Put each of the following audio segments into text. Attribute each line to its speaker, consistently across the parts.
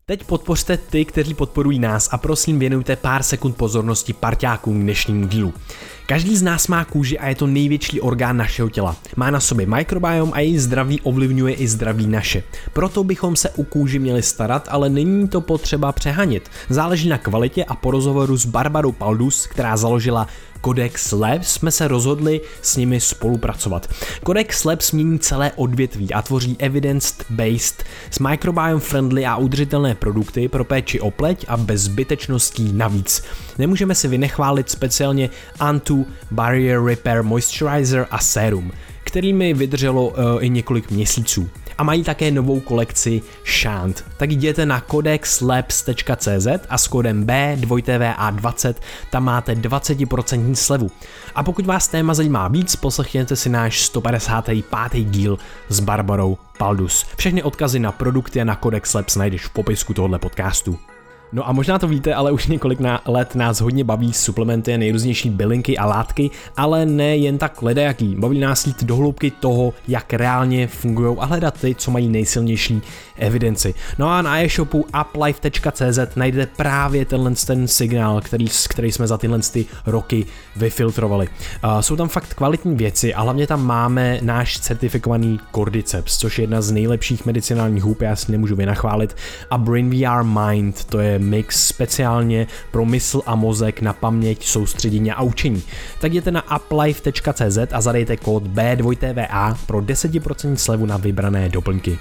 Speaker 1: Teď podpořte ty, kteří podporují nás a prosím věnujte pár sekund pozornosti parťákům dnešnímu dílu. Každý z nás má kůži a je to největší orgán našeho těla. Má na sobě mikrobiom a její zdraví ovlivňuje i zdraví naše. Proto bychom se u kůži měli starat, ale není to potřeba přehanit. Záleží na kvalitě a po rozhovoru s Barbarou Paldus, která založila Codex Labs, jsme se rozhodli s nimi spolupracovat. Codex Labs mění celé odvětví a tvoří evidence-based, s microbiome friendly a udržitelné produkty pro péči o pleť a bez zbytečností navíc. Nemůžeme si vynechválit speciálně Antu Barrier Repair Moisturizer a sérum, kterými vydrželo i několik měsíců. A mají také novou kolekci Shant. Tak jděte na codexlabs.cz a s kódem B2TVA20 tam máte 20% slevu. A pokud vás téma zajímá víc, poslechněte si náš 155. díl s Barbarou Paldus. Všechny odkazy na produkty a na Codex Labs najdeš v popisku tohoto podcastu. No a možná to víte, ale už několik let nás hodně baví suplementy a nejrůznější bylinky a látky, ale ne jen tak ledajaký. Baví nás jít do hloubky toho, jak reálně fungují a hledat ty, co mají nejsilnější evidenci. No a na e-shopu uplife.cz najdete právě ten signál, který jsme za tyhle roky vyfiltrovali. Jsou tam fakt kvalitní věci a hlavně tam máme náš certifikovaný Cordyceps, což je jedna z nejlepších medicinálních hub, já si nemůžu vynachválit, a BrainVR Mind, to je mix speciálně pro mysl a mozek na paměť, soustředění a učení. Tak jděte na uplife.cz a zadejte kód B2TVA pro 10% slevu na vybrané doplňky.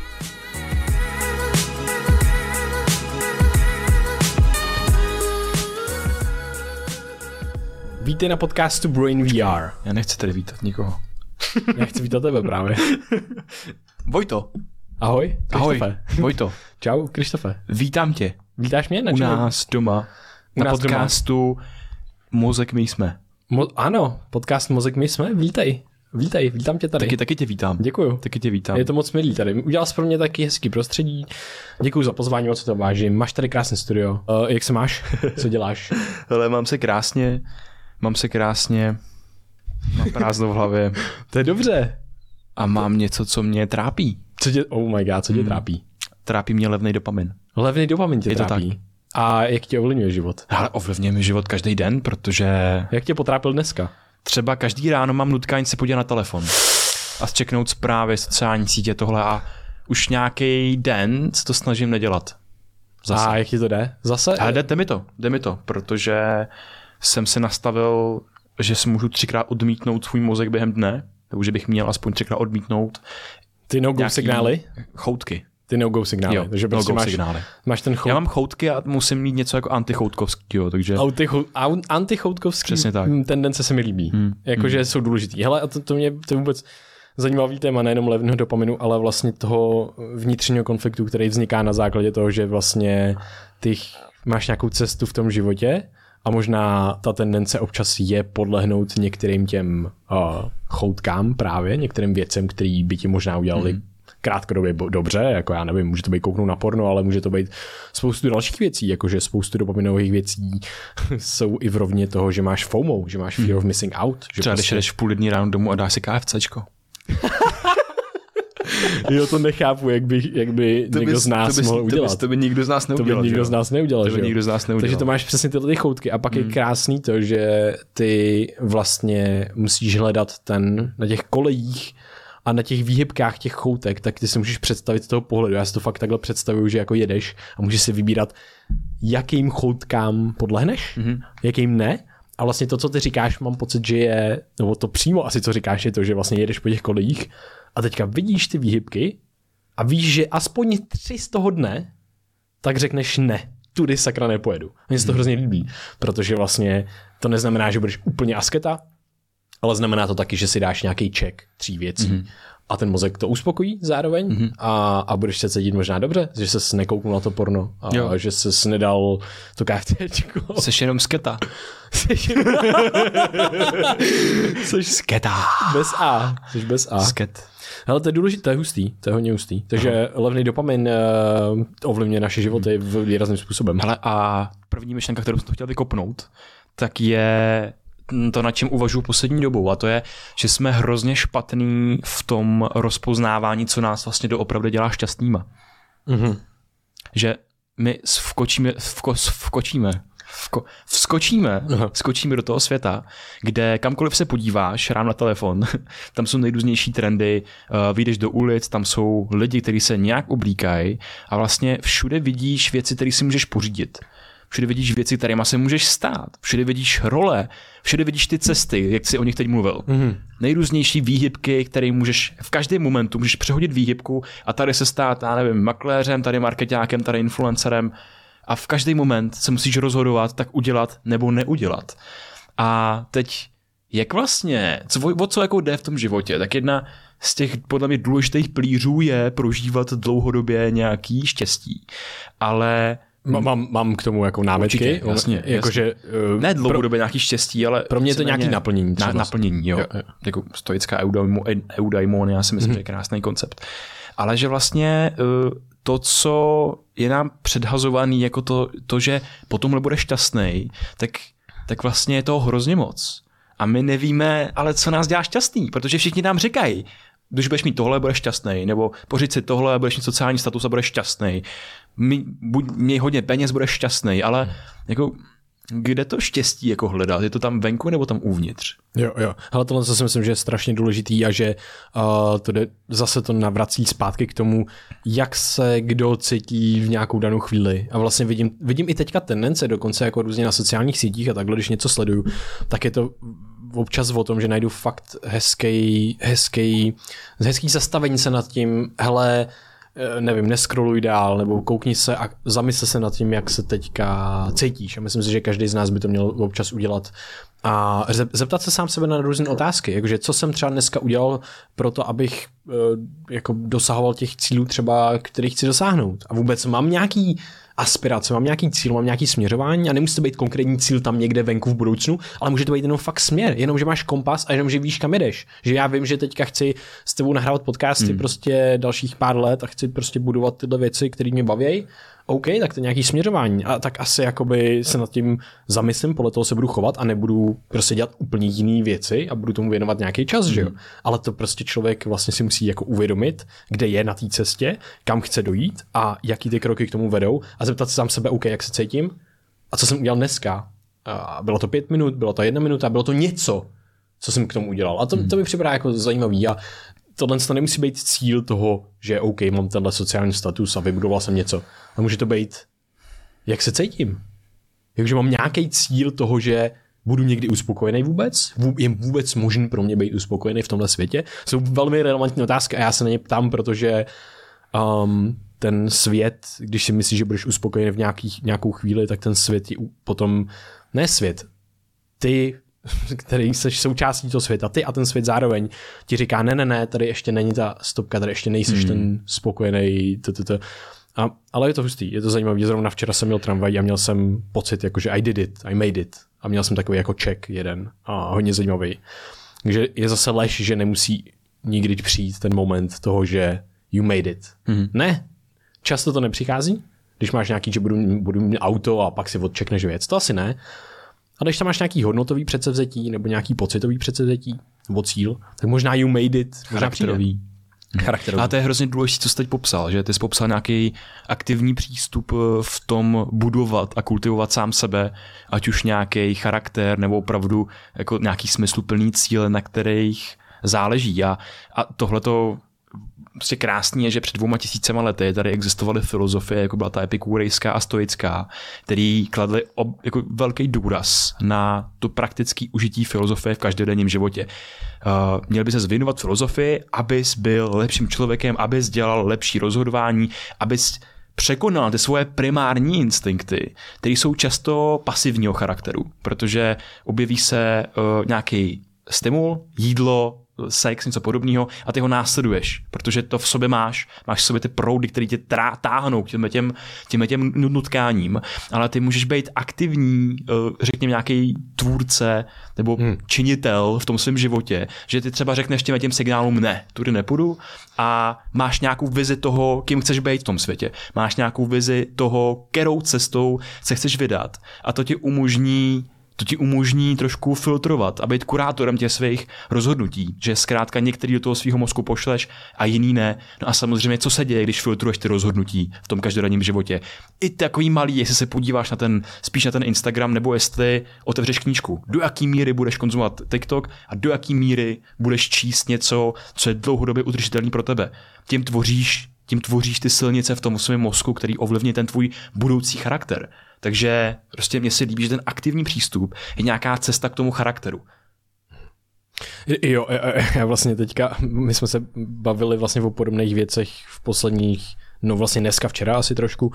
Speaker 1: Vítej na podcastu BrainVR.
Speaker 2: Já nechci tady vítat nikoho.
Speaker 1: Já chci vítat tebe právě.
Speaker 2: Vojto.
Speaker 1: Ahoj, Krištofe.
Speaker 2: Ahoj, Vojto.
Speaker 1: Čau, Krištofe.
Speaker 2: Vítám tě.
Speaker 1: Vítáš mě?
Speaker 2: U nás doma. Na podcastu Mozek my jsme.
Speaker 1: Ano, podcast Mozek my jsme. Vítej, vítám tě tady.
Speaker 2: Taky tě vítám.
Speaker 1: Děkuju.
Speaker 2: Taky tě vítám.
Speaker 1: Je to moc milý tady. Udělal jsi pro mě taky hezký prostředí. Děkuju za pozvání, moc to vážím. Máš tady krásné studio. Jak se máš? Co děláš?
Speaker 2: Hele, mám se krásně. Mám prázdno v hlavě.
Speaker 1: To je dobře.
Speaker 2: A mám něco, co mě trápí.
Speaker 1: Oh my god, co tě trápí?
Speaker 2: Trápí mě levný dopamin.
Speaker 1: Levný dopamin tě trápí?
Speaker 2: Tak.
Speaker 1: A jak tě ovlivňuje život?
Speaker 2: Ale ovlivňuje mi život každý den, protože...
Speaker 1: Jak tě potrápil dneska?
Speaker 2: Třeba každý ráno mám nutkání se podívat na telefon a zčeknout zprávy, sociální sítě, tohle a už nějaký den to snažím nedělat.
Speaker 1: Zase. A jak ti to jde? Zase?
Speaker 2: Ale jde mi to, protože jsem se nastavil, že si můžu 3krát odmítnout svůj mozek během dne, takže bych měl aspoň 3krát odmítnout.
Speaker 1: Ty no-go signály?
Speaker 2: Choutky.
Speaker 1: Ty no-go signály.
Speaker 2: Jo,
Speaker 1: takže prostě máš ten
Speaker 2: Já mám choutky a musím mít něco jako antichoutkovský, takže...
Speaker 1: Antichoutkovský
Speaker 2: přesně tak.
Speaker 1: Tendence se mi líbí. Jakože jsou důležitý. Hele, a to je vůbec zajímavý téma, nejenom levného dopaminu, ale vlastně toho vnitřního konfliktu, který vzniká na základě toho, že vlastně ty máš nějakou cestu v tom životě a možná ta tendence občas je podlehnout některým těm choutkám právě, některým věcem, který by ti možná udělali krátkodobě dobře, jako já nevím, může to být kouknout na porno, ale může to být spoustu dalších věcí, jakože spoustu dopaminových věcí jsou i v rovně toho, že máš FOMO, že máš fear of missing out. Že
Speaker 2: třeba když jdeš v 12:30 ráno domů a dáš si KFCčko.
Speaker 1: Jo, to nechápu, jak by někdo z nás mohl udělat.
Speaker 2: To by nikdo z nás neudělal.
Speaker 1: Takže to máš přesně tyhle ty choutky a pak je krásný to, že ty vlastně musíš hledat na těch kolejích a na těch výhybkách těch choutek, tak ty si můžeš představit z toho pohledu. Já si to fakt takhle představuju, že jako jedeš a můžeš si vybírat, jakým choutkám podlehneš, jakým ne. A vlastně to, co ty říkáš, mám pocit, že je, nebo to přímo asi co říkáš, je to, že vlastně jedeš po těch kolejích a teďka vidíš ty výhybky a víš, že aspoň 3 z toho dne, tak řekneš ne, tudy sakra nepojedu. Mně se to hrozně líbí, protože vlastně to neznamená, že budeš úplně asketa, ale znamená to taky, že si dáš nějaký check 3 věcí a ten mozek to uspokojí zároveň a budeš se cítit možná dobře, že ses nekouknul na to porno a že ses nedal to KFCčko.
Speaker 2: Seš jenom sketa.
Speaker 1: Seš
Speaker 2: sketa.
Speaker 1: Seš bez A.
Speaker 2: Sket.
Speaker 1: Hele, to je důležité, to je hustý, to je hodně hustý. Takže levný dopamin ovlivňuje naše životy výrazným způsobem.
Speaker 2: Hele, a první myšlenka, kterou jsem to chtěl vykopnout, tak je to, nad čím uvažuji poslední dobou, a to je, že jsme hrozně špatný v tom rozpoznávání, co nás vlastně doopravdy dělá šťastnýma. Že my skočíme do toho světa, kde kamkoliv se podíváš, rám na telefon, tam jsou nejrůznější trendy, vyjdeš do ulic, tam jsou lidi, kteří se nějak oblíkají a vlastně všude vidíš věci, které si můžeš pořídit. Všude vidíš věci, kterýma se můžeš stát. Všude vidíš role, všude vidíš ty cesty, jak jsi o nich teď mluvil. Nejrůznější výhybky, které můžeš v každém momentu můžeš přehodit výhybku a tady se stát, já nevím, makléřem, tady marketákem, tady influencerem a v každý moment se musíš rozhodovat, tak udělat nebo neudělat. A teď jak vlastně, o co jako jde v tom životě, tak jedna z těch podle mě důležitých pilířů je prožívat dlouhodobě nějaký štěstí. Ale
Speaker 1: Mám k tomu jako námitky.
Speaker 2: Určitě, jasně.
Speaker 1: Jakože,
Speaker 2: ne dlouhodobě nějaký štěstí, ale
Speaker 1: pro mě je to nějaký naplnění.
Speaker 2: Naplnění, jo. Jako stoická eudaimonia, já si myslím, že je krásný koncept. Ale že vlastně to, co je nám předhazovaný, jako to že potom budeš šťastný, tak vlastně je toho hrozně moc. A my nevíme, ale co nás dělá šťastný, protože všichni nám říkají, když budeš mít tohle, budeš šťastný, nebo pořiď si tohle, budeš mít sociální status a budeš šťastný. Měj hodně peněz, budeš šťastný, ale jako kde to štěstí jako hledat? Je to tam venku nebo tam uvnitř?
Speaker 1: Jo. Ale tohle si myslím, že je strašně důležitý a že zase to navrací zpátky k tomu, jak se kdo cítí v nějakou danou chvíli. A vlastně vidím i teďka tendence, dokonce jako různě na sociálních sítích a takhle, když něco sleduju, tak je to občas o tom, že najdu fakt hezký zastavení se nad tím, hele, nevím, neskroluj dál, nebo koukni se a zamysle se nad tím, jak se teďka cítíš. A myslím si, že každý z nás by to měl občas udělat. A zeptat se sám sebe na různé otázky. Jakože co jsem třeba dneska udělal pro to, abych jako dosahoval těch cílů třeba, kterých chci dosáhnout. A vůbec mám nějaký aspirace, mám nějaký cíl, mám nějaký směřování a nemusí to být konkrétní cíl tam někde venku v budoucnu, ale může to být jenom fakt směr, jenom že máš kompas a jenom že víš, kam jdeš. Že já vím, že teďka chci s tebou nahrávat podcasty prostě dalších pár let a chci prostě budovat tyhle věci, které mě baví. OK, tak to je nějaký směřování. A tak asi jakoby se nad tím zamyslím, podle toho se budu chovat a nebudu prostě dělat úplně jiné věci a budu tomu věnovat nějaký čas, že jo. Ale to prostě člověk vlastně si musí jako uvědomit, kde je na té cestě, kam chce dojít a jaký ty kroky k tomu vedou a zeptat se sám sebe, OK, jak se cítím a co jsem udělal dneska. A bylo to 5 minut, bylo to 1 minuta, bylo to něco, co jsem k tomu udělal. A to mi připadá jako zajímavý a tohle to nemusí být cíl toho, že OK, mám tenhle sociální status a vybudoval jsem něco. A může to být, jak se cítím. Takže mám nějaký cíl toho, že budu někdy uspokojený vůbec? Je vůbec možný pro mě být uspokojený v tomhle světě? Jsou velmi relevantní otázky a já se na ně ptám, protože ten svět, když si myslíš, že budeš uspokojený v nějakou chvíli, tak ten svět je potom, ne svět, ty, který jsi součástí toho světa, ty a ten svět zároveň ti říká, ne, tady ještě není ta stopka, tady ještě nejseš ten spokojený, ale je to hustý, je to zajímavý. Zrovna včera jsem měl tramvaj a měl jsem pocit, jako, že I did it, I made it. A měl jsem takový jako check jeden a hodně zajímavý. Takže je zase lež, že nemusí nikdy přijít ten moment toho, že you made it. Ne, často to nepřichází. Když máš nějaký, že budu mít auto a pak si odčekneš věc, to asi ne. A když tam máš nějaký hodnotový předsevzetí nebo nějaký pocitový předsevzetí nebo cíl, tak možná you made it,
Speaker 2: charakterový. A to je hrozně důležité, co jsi teď popsal, že ty jsi popsal nějaký aktivní přístup v tom budovat a kultivovat sám sebe, ať už nějaký charakter nebo opravdu jako nějaký smysluplný cíle, na kterých záleží. A tohleto prostě krásný je, že před 2000 lety tady existovaly filozofie, jako byla ta epikurejská a stoická, který kladly jako velký důraz na to praktické užití filozofie v každodenním životě. Měl by se věnovat filozofii, abys byl lepším člověkem, abys dělal lepší rozhodování, abys překonal ty svoje primární instinkty, které jsou často pasivního charakteru, protože objeví se nějaký stimul, jídlo, sex, něco podobného a ty ho následuješ, protože to v sobě máš v sobě ty proudy, které tě táhnou k těm nutkáním, ale ty můžeš být aktivní, řekněme nějaký tvůrce nebo činitel v tom svém životě, že ty třeba řekneš těm signálům ne, tudy nepůjdu a máš nějakou vizi toho, kým chceš být v tom světě. Máš nějakou vizi toho, kterou cestou se chceš vydat a to ti umožní To ti umožní trošku filtrovat a být kurátorem těch svých rozhodnutí, že zkrátka některý do toho svého mozku pošleš a jiný ne. No a samozřejmě, co se děje, když filtruješ ty rozhodnutí v tom každodenním životě. I takový malý, jestli se podíváš spíš na ten Instagram, nebo jestli otevřeš knížku. Do jaký míry budeš konzumovat TikTok a do jaký míry budeš číst něco, co je dlouhodobě udržitelný pro tebe. Tím tvoříš ty silnice v tom svém mozku, který ovlivní ten tvůj budoucí charakter. Takže prostě mně se líbí, že ten aktivní přístup je nějaká cesta k tomu charakteru.
Speaker 1: Jo, já vlastně teďka, my jsme se bavili vlastně o podobných věcech v posledních, no vlastně dneska, včera asi trošku,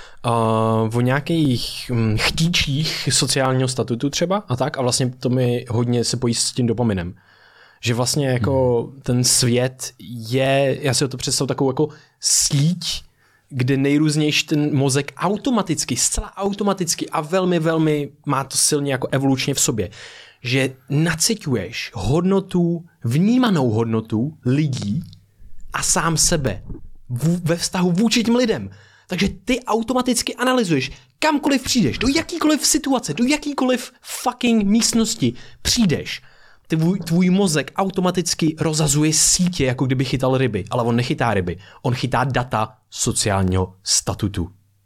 Speaker 1: o nějakých chtíčích sociálního statutu třeba a tak, a vlastně to mi hodně se pojí s tím dopaminem. Že vlastně jako ten svět je, já si to představu takovou jako síť, kde nejrůznější ten mozek automaticky, zcela automaticky a velmi, velmi má to silně jako evolučně v sobě, že naciťuješ hodnotu, vnímanou hodnotu lidí a sám sebe ve vztahu vůči těm lidem. Takže ty automaticky analyzuješ, kamkoliv přijdeš, do jakýkoliv situace, do jakýkoliv fucking místnosti přijdeš. Tvůj mozek automaticky rozhazuje sítě, jako kdyby chytal ryby, ale on nechytá ryby, on chytá data sociálního statutu.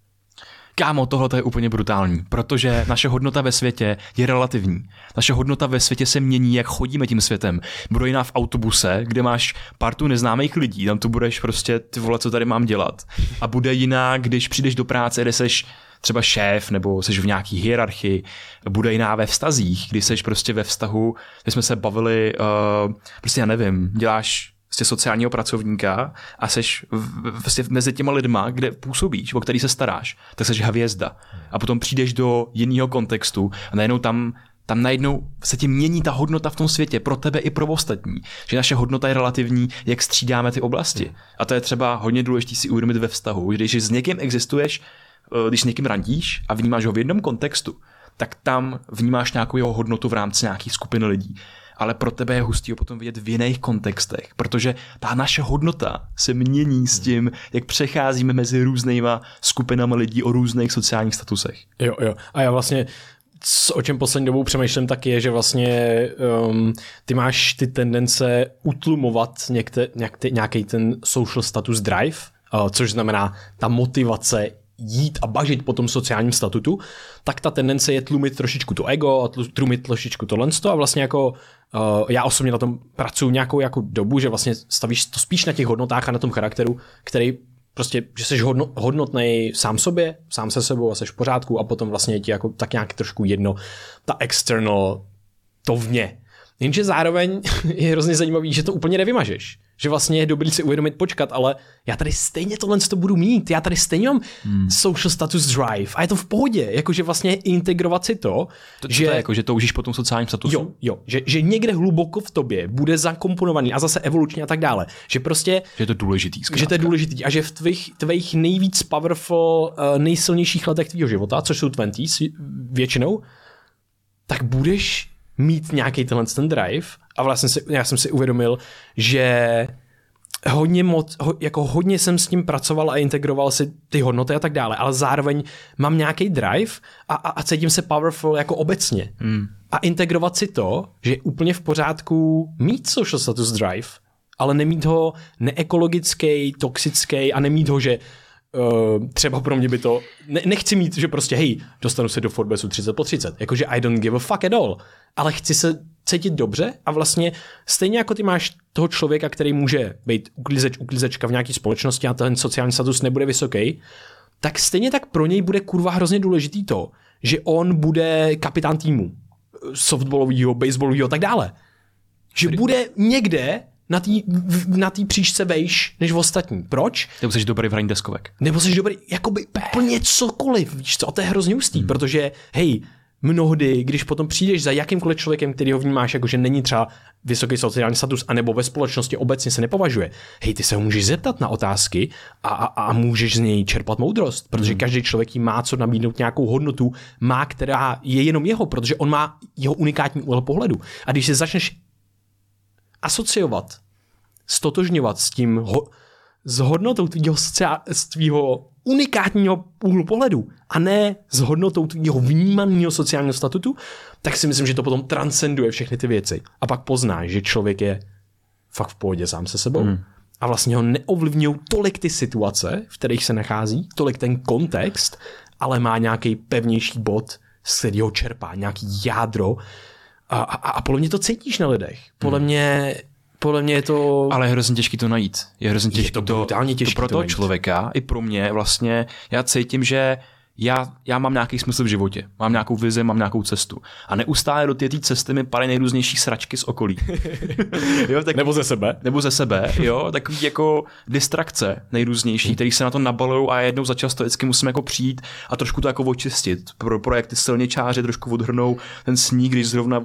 Speaker 2: Kámo, tohle je úplně brutální, protože naše hodnota ve světě je relativní. Naše hodnota ve světě se mění, jak chodíme tím světem. Bude jiná v autobuse, kde máš partu neznámých lidí, tam tu budeš prostě, ty vole, co tady mám dělat. A bude jiná, když přijdeš do práce, kde seš třeba šéf, nebo seš v nějaký hierarchii, bude jiná ve vztazích, kdy seš prostě ve vztahu, kde jsme se bavili, prostě já nevím, děláš prostě sociálního pracovníka a seš vlastně mezi těma lidma, kde působíš, o který se staráš, tak seš hvězda. A potom přijdeš do jiného kontextu a najednou tam najednou se ti mění ta hodnota v tom světě pro tebe i pro ostatní. Že naše hodnota je relativní, jak střídáme ty oblasti. A to je třeba hodně důležité si uvědomit ve vztahu. Když s někým existuješ, když s někým randíš a vnímáš ho v jednom kontextu, tak tam vnímáš nějakou jeho hodnotu v rámci nějakých skupiny lidí. Ale pro tebe je hustý ho potom vidět v jiných kontextech, protože ta naše hodnota se mění s tím, jak přecházíme mezi různýma skupinami lidí o různých sociálních statusech.
Speaker 1: Jo. A já vlastně, o čem poslední dobou přemýšlím, tak je, že vlastně ty máš ty tendence utlumovat nějaký ten social status drive, což znamená ta motivace jít a bažit po tom sociálním statutu, tak ta tendence je tlumit trošičku to ego a tlumit trošičku tohle a vlastně jako já osobně na tom pracuji nějakou jako dobu, že vlastně stavíš to spíš na těch hodnotách a na tom charakteru, který prostě, že jsi hodnotnej sám sobě, sám se sebou a jsi v pořádku a potom vlastně ti jako tak nějak trošku jedno ta external to vně. Jenže zároveň je hrozně zajímavý, že to úplně nevymažeš. Že vlastně je dobrý si uvědomit, počkat, ale já tady stejně tohle budu mít, já tady stejně mám social status drive a je to v pohodě, jakože vlastně integrovat si to že
Speaker 2: to je, jako, že toužíš po tom sociálním statusu?
Speaker 1: Jo, že někde hluboko v tobě bude zakomponovaný a zase evolučně a tak dále, že prostě
Speaker 2: že je to důležitý, zkrátka.
Speaker 1: Že to je důležitý a že v tvých nejvíc powerful, nejsilnějších letech tvýho života, což jsou 20s většinou, tak budeš mít nějaký ten drive a vlastně já jsem si uvědomil, že hodně jsem s tím pracoval a integroval si ty hodnoty a tak dále, ale zároveň mám nějaký drive a cítím se powerful jako obecně. A integrovat si to, že je úplně v pořádku mít social status drive, ale nemít ho neekologický, toxický a nemít ho, že třeba pro mě by to, nechci mít, že prostě hej, dostanu se do Forbesu 30/30, jakože I don't give a fuck at all, ale chci se cítit dobře a vlastně stejně jako ty máš toho člověka, který může být uklízečka v nějaké společnosti a ten sociální status nebude vysoký, tak stejně tak pro něj bude kurva hrozně důležitý to, že on bude kapitán týmu softballovýho, baseballovýho a tak dále. Že bude někde na té příčce vejš než v ostatní. Proč?
Speaker 2: Nebo jsi dobrý v hraní deskovek.
Speaker 1: Nebo jsi dobrý, jakoby úplně cokoliv, víš co, a to je hrozně hustý, protože hej, mnohdy, když potom přijdeš za jakýmkoliv člověkem, který ho vnímáš, jakože není třeba vysoký sociální status, anebo ve společnosti obecně se nepovažuje, hej, ty se ho můžeš zeptat na otázky a můžeš z něj čerpat moudrost, protože každý člověk jí má co nabídnout, nějakou hodnotu, má, která je jenom jeho, protože on má jeho unikátní úhel pohledu. A když se začneš asociovat, stotožňovat s tím, s hodnotou tvýho unikátního úhlu pohledu a ne s hodnotou tvýho vnímaného sociálního statutu, tak si myslím, že to potom transcenduje všechny ty věci. A pak poznáš, že člověk je fakt v pohodě sám se sebou a vlastně ho neovlivňují tolik ty situace, v kterých se nachází, tolik ten kontext, ale má nějaký pevnější bod, z kterého čerpá nějaký jádro a podle mě to cítíš na lidech. Podle mě je to...
Speaker 2: Ale je hrozně těžký to najít. Je hrozně těžký
Speaker 1: to brutálně těžký
Speaker 2: to pro toho člověka i pro mě vlastně. Já cítím, že já mám nějaký smysl v životě. Mám nějakou vizi, mám nějakou cestu. A neustále do té cesty mi padají nejrůznější sračky z okolí.
Speaker 1: Jo, tak... Nebo ze sebe,
Speaker 2: jo, takový jako distrakce nejrůznější, který se na to nabalují a jednou za čas to vždycky musím jako přijít a trošku to jako očistit. Pro jak ty silničáři trošku odhrnou ten sníh, když zrovna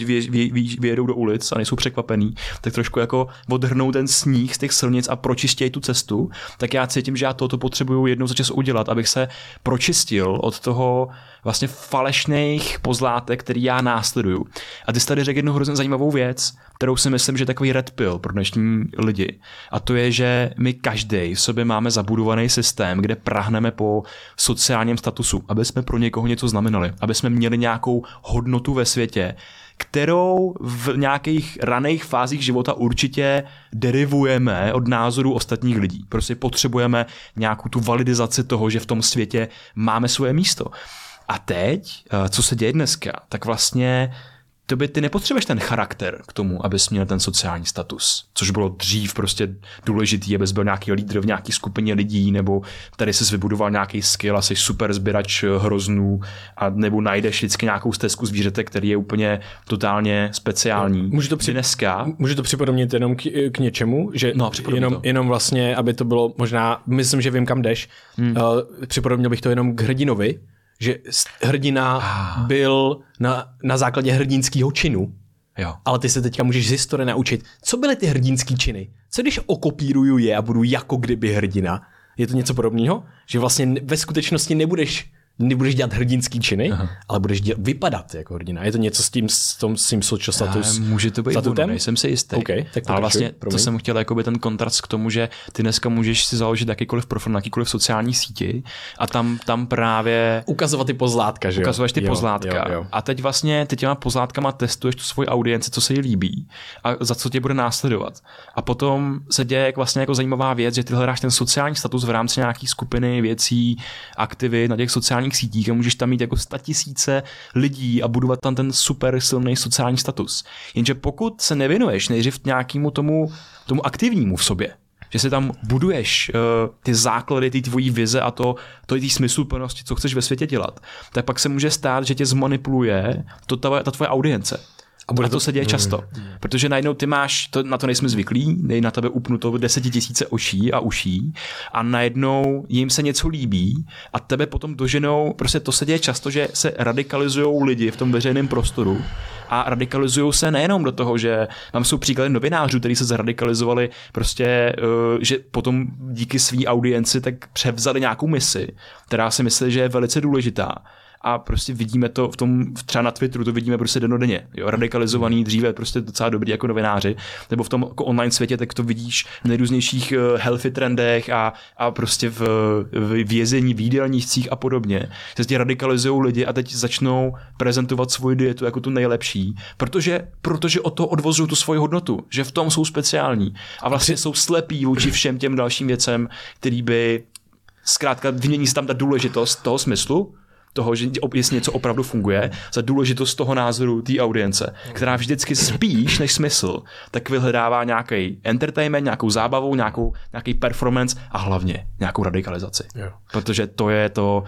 Speaker 2: vyjedou do ulic a nejsou překvapený, tak trošku jako odhrnou ten sníh z těch silnic a pročistějí tu cestu. Tak já cítím, že já toto potřebuju jednou za čas udělat, abych se pročistil od toho vlastně falešných pozlátek, který já následuju. A ty jsi tady řekl jednu hrozně zajímavou věc, kterou si myslím, že je takový red pill pro dnešní lidi. A to je, že my každý v sobě máme zabudovaný systém, kde prahneme po sociálním statusu, aby jsme pro někoho něco znamenali, aby jsme měli nějakou hodnotu ve světě, kterou v nějakých raných fázích života určitě derivujeme od názorů ostatních lidí. Prostě potřebujeme nějakou tu validizaci toho, že v tom světě máme svoje místo. A teď, co se děje dneska, tak vlastně ty nepotřebuješ ten charakter k tomu, abys měl ten sociální status, což bylo dřív prostě důležitý, abys byl nějaký lídr v nějaké skupině lidí, nebo tady jsi vybudoval nějaký skill a jsi super sběrač hroznů, a nebo najdeš vždycky nějakou stezku zvířete, který je úplně totálně speciální.
Speaker 1: Můžu to připodobnit jenom k něčemu, že jenom vlastně, aby to bylo možná, myslím, že vím, kam jdeš, připodobnil bych to jenom k hrdinovi, že hrdina byl na základě hrdinského činu.
Speaker 2: Jo.
Speaker 1: Ale ty se teďka můžeš z historie naučit, co byly ty hrdinský činy. Co když okopíruju je a budu jako kdyby hrdina? Je to něco podobného? Že vlastně ve skutečnosti nebudeš dělat hrdinský činy, ale budeš vypadat jako hrdina. Je to něco s tím social status?
Speaker 2: Může to být ono, nejsem si jistý.
Speaker 1: Okay, tak
Speaker 2: ale vlastně to jsem chtěl jakoby ten kontrast k tomu, že ty dneska můžeš si založit jakýkoliv profil na jakýkoliv sociální síti a tam právě
Speaker 1: ukazovat ty pozlátka, že jo?
Speaker 2: Ukazuješ ty pozlátka. Jo. A teď vlastně ty těma pozlátkama testuješ tu svoji audienci, co se jí líbí a za co tě bude následovat. A potom se děje vlastně jako zajímavá věc, že ty hledáš ten sociální status v rámci nějaký skupiny věcí, aktivit na těch sociálních sítích a můžeš tam mít jako 100 000 lidí a budovat tam ten super silný sociální status. Jenže pokud se nevěnuješ nejdřív nějakému tomu aktivnímu v sobě, že si tam buduješ ty základy, ty tvojí vize a to ty smysluplnosti, co chceš ve světě dělat, tak pak se může stát, že tě zmanipuluje ta tvoje audience. A to se děje často, protože najednou ty máš, na to nejsme zvyklí, na tebe upnuto 10 000 očí a uší a najednou jim se něco líbí a tebe potom doženou, prostě to se děje často, že se radikalizujou lidi v tom veřejném prostoru a radikalizují se nejenom do toho, že tam jsou příklady novinářů, kteří se zradikalizovali prostě, že potom díky svý audienci tak převzali nějakou misi, která si myslí, že je velice důležitá. A prostě vidíme to třeba na Twitteru, to vidíme prostě dennodenně. Jo, radikalizovaný dříve prostě docela dobrý jako novináři, nebo v tom jako online světě, tak to vidíš v nejrůznějších healthy trendech a prostě v vězení, v jídelníčcích a podobně. Že se radikalizují lidi a teď začnou prezentovat svoji dietu jako tu nejlepší, protože od toho odvozují tu svoji hodnotu, že v tom jsou speciální a vlastně jsou slepí vůči všem těm dalším věcem, který by zkrátka vymění se tam ta důležitost toho smyslu, toho, že jestli něco opravdu funguje, za důležitost toho názoru té audience, která vždycky spíš než smysl, tak vyhledává nějaký entertainment, nějakou zábavu, nějaký performance a hlavně nějakou radikalizaci.
Speaker 1: Jo.
Speaker 2: Protože to je to,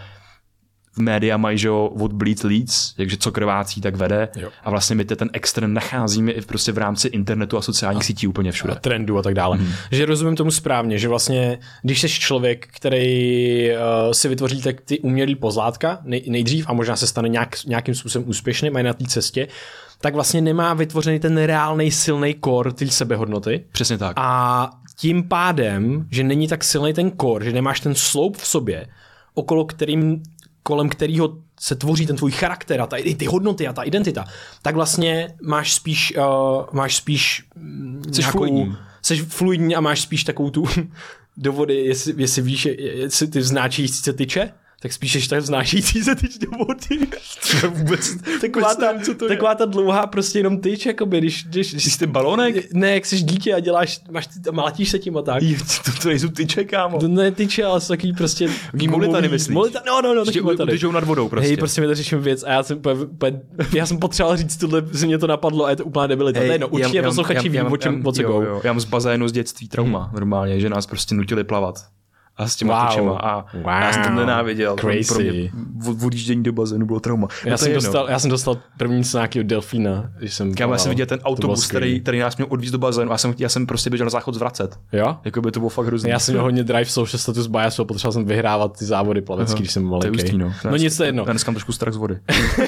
Speaker 2: v média mají, že od bleed leads, takže co krvácí, tak vede. Jo. A vlastně my ten extrém nacházíme i prostě v rámci internetu a sociálních sítí úplně všude.
Speaker 1: A trendu a tak dále. Že rozumím tomu správně, že vlastně, když jsi člověk, který si vytvoří tak ty umělý pozlátka nejdřív a možná se stane nějakým způsobem úspěšný, mají na té cestě, tak vlastně nemá vytvořený ten reálnej silný core té sebehodnoty.
Speaker 2: Přesně tak.
Speaker 1: A tím pádem, že není tak silný ten core, že nemáš ten sloup v sobě, kolem kterého se tvoří ten tvůj charakter a ty hodnoty a ta identita, tak vlastně máš spíš nějakou... Jsi fluidní a máš spíš takovou tu
Speaker 3: do vody, jestli víš, jestli ty vznášející se tyče, tak spíš ještě tak vznášející se tyč do vody. Taková ta dlouhá prostě jenom tyč, jakoby, když
Speaker 2: jsi ten balónek?
Speaker 3: Ne, jak jsi dítě a děláš, mlátíš se tím a tak.
Speaker 2: To nejsou tyče, kámo.
Speaker 3: To ne tyče, ale jsou takový prostě...
Speaker 2: Molitany myslíš?
Speaker 3: No, taky molitany.
Speaker 2: Držou nad vodou prostě.
Speaker 3: Hej, prostě mi to řeším věc a já jsem potřeboval říct tohle, že mě to napadlo a je to úplná debilita. Určitě posluchači ví, o co go.
Speaker 2: Já mám z bazénu z dětství trauma normálně, že nás prostě nutili plavat. A s těma tyčema a já jsem to nenáviděl. Pro mě odjíždění do bazénu bylo trauma.
Speaker 3: Já jsem dostal první z nějakého delfína, když jsem
Speaker 2: já jsem viděl ten autobus, který nás měl odvízt do bazénu a já jsem prostě běžel na záchod zvracet.
Speaker 3: Jo?
Speaker 2: Jakoby to bylo fakt hrozný.
Speaker 3: Já jsem měl hodně drive social status biasu a potřeboval jsem vyhrávat ty závody plavecký, když jsem malý. No nic, to je jedno.
Speaker 2: Já dneska mám trošku strach z vody.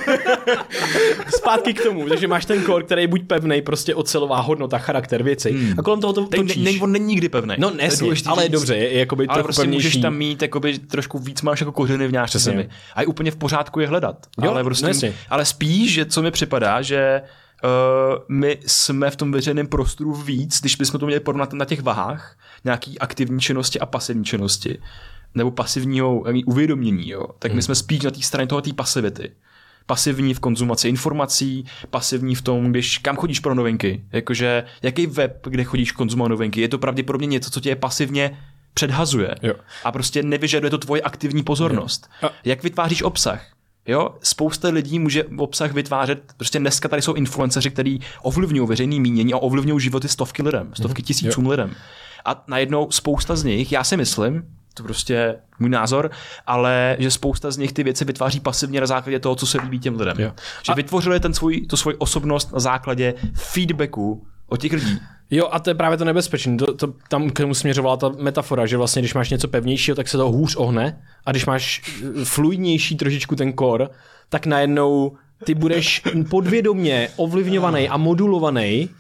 Speaker 3: Zpátky k tomu, takže máš ten core, který je buď pevnej, prostě ocelová hodnota, charakter, věci. A kolem toho to točíš.
Speaker 2: On není nikdy pevnej.
Speaker 3: No nesmí, ale je dobře, je jakoby
Speaker 2: ale prostě můžeš tam mít jakoby trošku víc, máš jako kořeny v nějaké zemi. A je úplně v pořádku je hledat.
Speaker 3: Jo,
Speaker 2: ale prostě, ale spíš, že co mi připadá, že my jsme v tom veřejném prostoru víc, když bychom to měli porovnat na těch vahách, nějaký aktivní činnosti a pasivní činnosti, nebo pasivního uvědomění, jo, tak my jsme spíš na té straně toho té pasivity. Pasivní v konzumaci informací, pasivní v tom, když kam chodíš pro novinky. Jakože jaký web, kde chodíš konzumovat novinky, je to pravděpodobně něco, co tě pasivně předhazuje.
Speaker 3: Jo.
Speaker 2: A prostě nevyžaduje to tvoje aktivní pozornost. Jo. Jak vytváříš obsah? Jo? Spousta lidí může obsah vytvářet, prostě dneska tady jsou influenceři, kteří ovlivňují veřejné mínění a ovlivňují životy stovky tisícům lidem. A najednou spousta z nich, já si myslím, to prostě můj názor, ale že spousta z nich ty věci vytváří pasivně na základě toho, co se líbí těm lidem. Jo. Že vytvořili tu svoji osobnost na základě feedbacku od těch lidí.
Speaker 3: Jo, a to je právě to nebezpečné. Tam k tomu směřovala ta metafora, že vlastně když máš něco pevnějšího, tak se to hůř ohne a když máš fluidnější trošičku ten core, tak najednou ty budeš podvědomě ovlivňovaný a modulovaný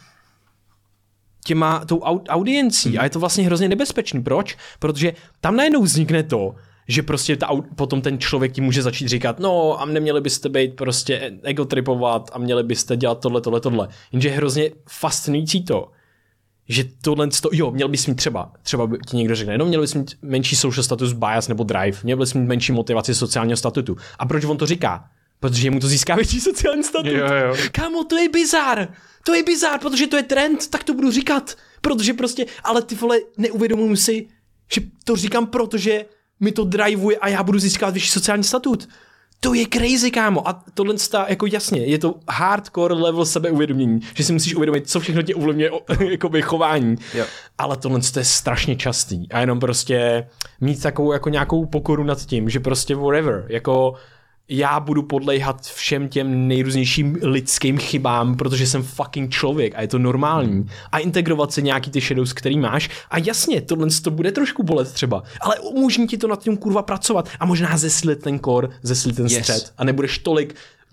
Speaker 3: tou audiencí a je to vlastně hrozně nebezpečný. Proč? Protože tam najednou vznikne to, že prostě potom ten člověk ti může začít říkat, no a neměli byste být prostě egotripovat a měli byste dělat tohle. Jenže je hrozně fascinující to, že tohle, měl bys mít třeba by ti někdo řekne, no měl bys mít menší social status bias nebo drive, měl bys mít menší motivaci sociálního statutu. A proč on to říká? Protože mu to získá větší sociální statut.
Speaker 2: Jo.
Speaker 3: Kámo, to je bizár. To je bizár, protože to je trend, tak to budu říkat. Protože prostě, ale ty vole, neuvědomuji si, že to říkám, protože mi to driveuje a já budu získat vyšší sociální statut. To je crazy, kámo. A tohle jako jasně, je to hardcore level sebeuvědomění, že si musíš uvědomit, co všechno tě ovlivňuje jakoby chování. Jo. Ale tohle je strašně častý. A jenom prostě mít takovou jako nějakou pokoru nad tím, že prostě whatever, jako já budu podléhat všem těm nejrůznějším lidským chybám, protože jsem fucking člověk a je to normální. A integrovat se nějaký ty shadows, který máš. A jasně, tohle to bude trošku bolet třeba, ale umožní ti to nad tím kurva pracovat a možná zeslit ten core, zeslit ten střed a nebudeš tolik...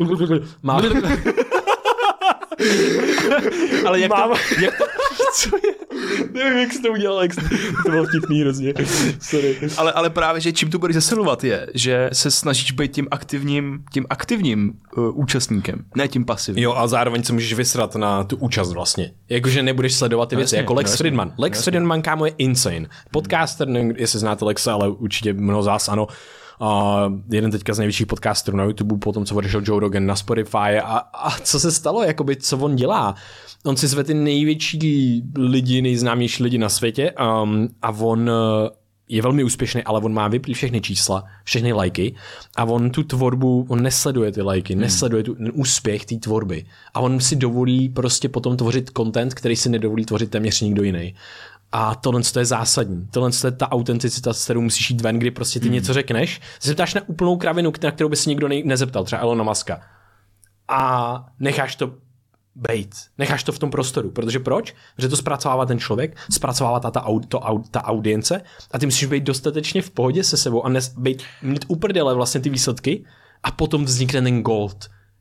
Speaker 3: Ale jak to... Co je? Nevím, jak jsi to udělal, to bylo vtipný hrozně. Sorry.
Speaker 2: Ale právě, že čím to budeš zesilovat je, že se snažíš být tím aktivním účastníkem, ne tím pasivním.
Speaker 3: Jo, a zároveň se můžeš vysrat na tu účast vlastně. Jakože nebudeš sledovat ty věci, jako Lex Fridman. Lex Fridman, kámo, je insane. Podcaster, nevím, jestli znáte Lexa, ale určitě mnoho z vás ano. Jeden teďka z největších podcasterů na YouTube, potom co odešel Joe Rogan na Spotify a co se stalo, jakoby, co on dělá. On si zve ty největší lidi, nejznámější lidi na světě a on je velmi úspěšný, ale on má vyplý všechny čísla, všechny lajky a on tu tvorbu, on nesleduje ty lajky, nesleduje ten úspěch té tvorby a on si dovolí prostě potom tvořit content, který si nedovolí tvořit téměř nikdo jiný. A tohle je zásadní. Tohle je ta autenticita, s kterou musíš jít ven, kdy prostě ty něco řekneš, se zeptáš na úplnou kravinu, na kterou by si nikdo nezeptal, třeba Elona Muska. A necháš to bejt. Necháš to v tom prostoru. Protože proč? Protože to zpracovává ten člověk, zpracovává ta audience a ty musíš být dostatečně v pohodě se sebou a mít uprdele vlastně ty výsledky a potom vznikne ten gold.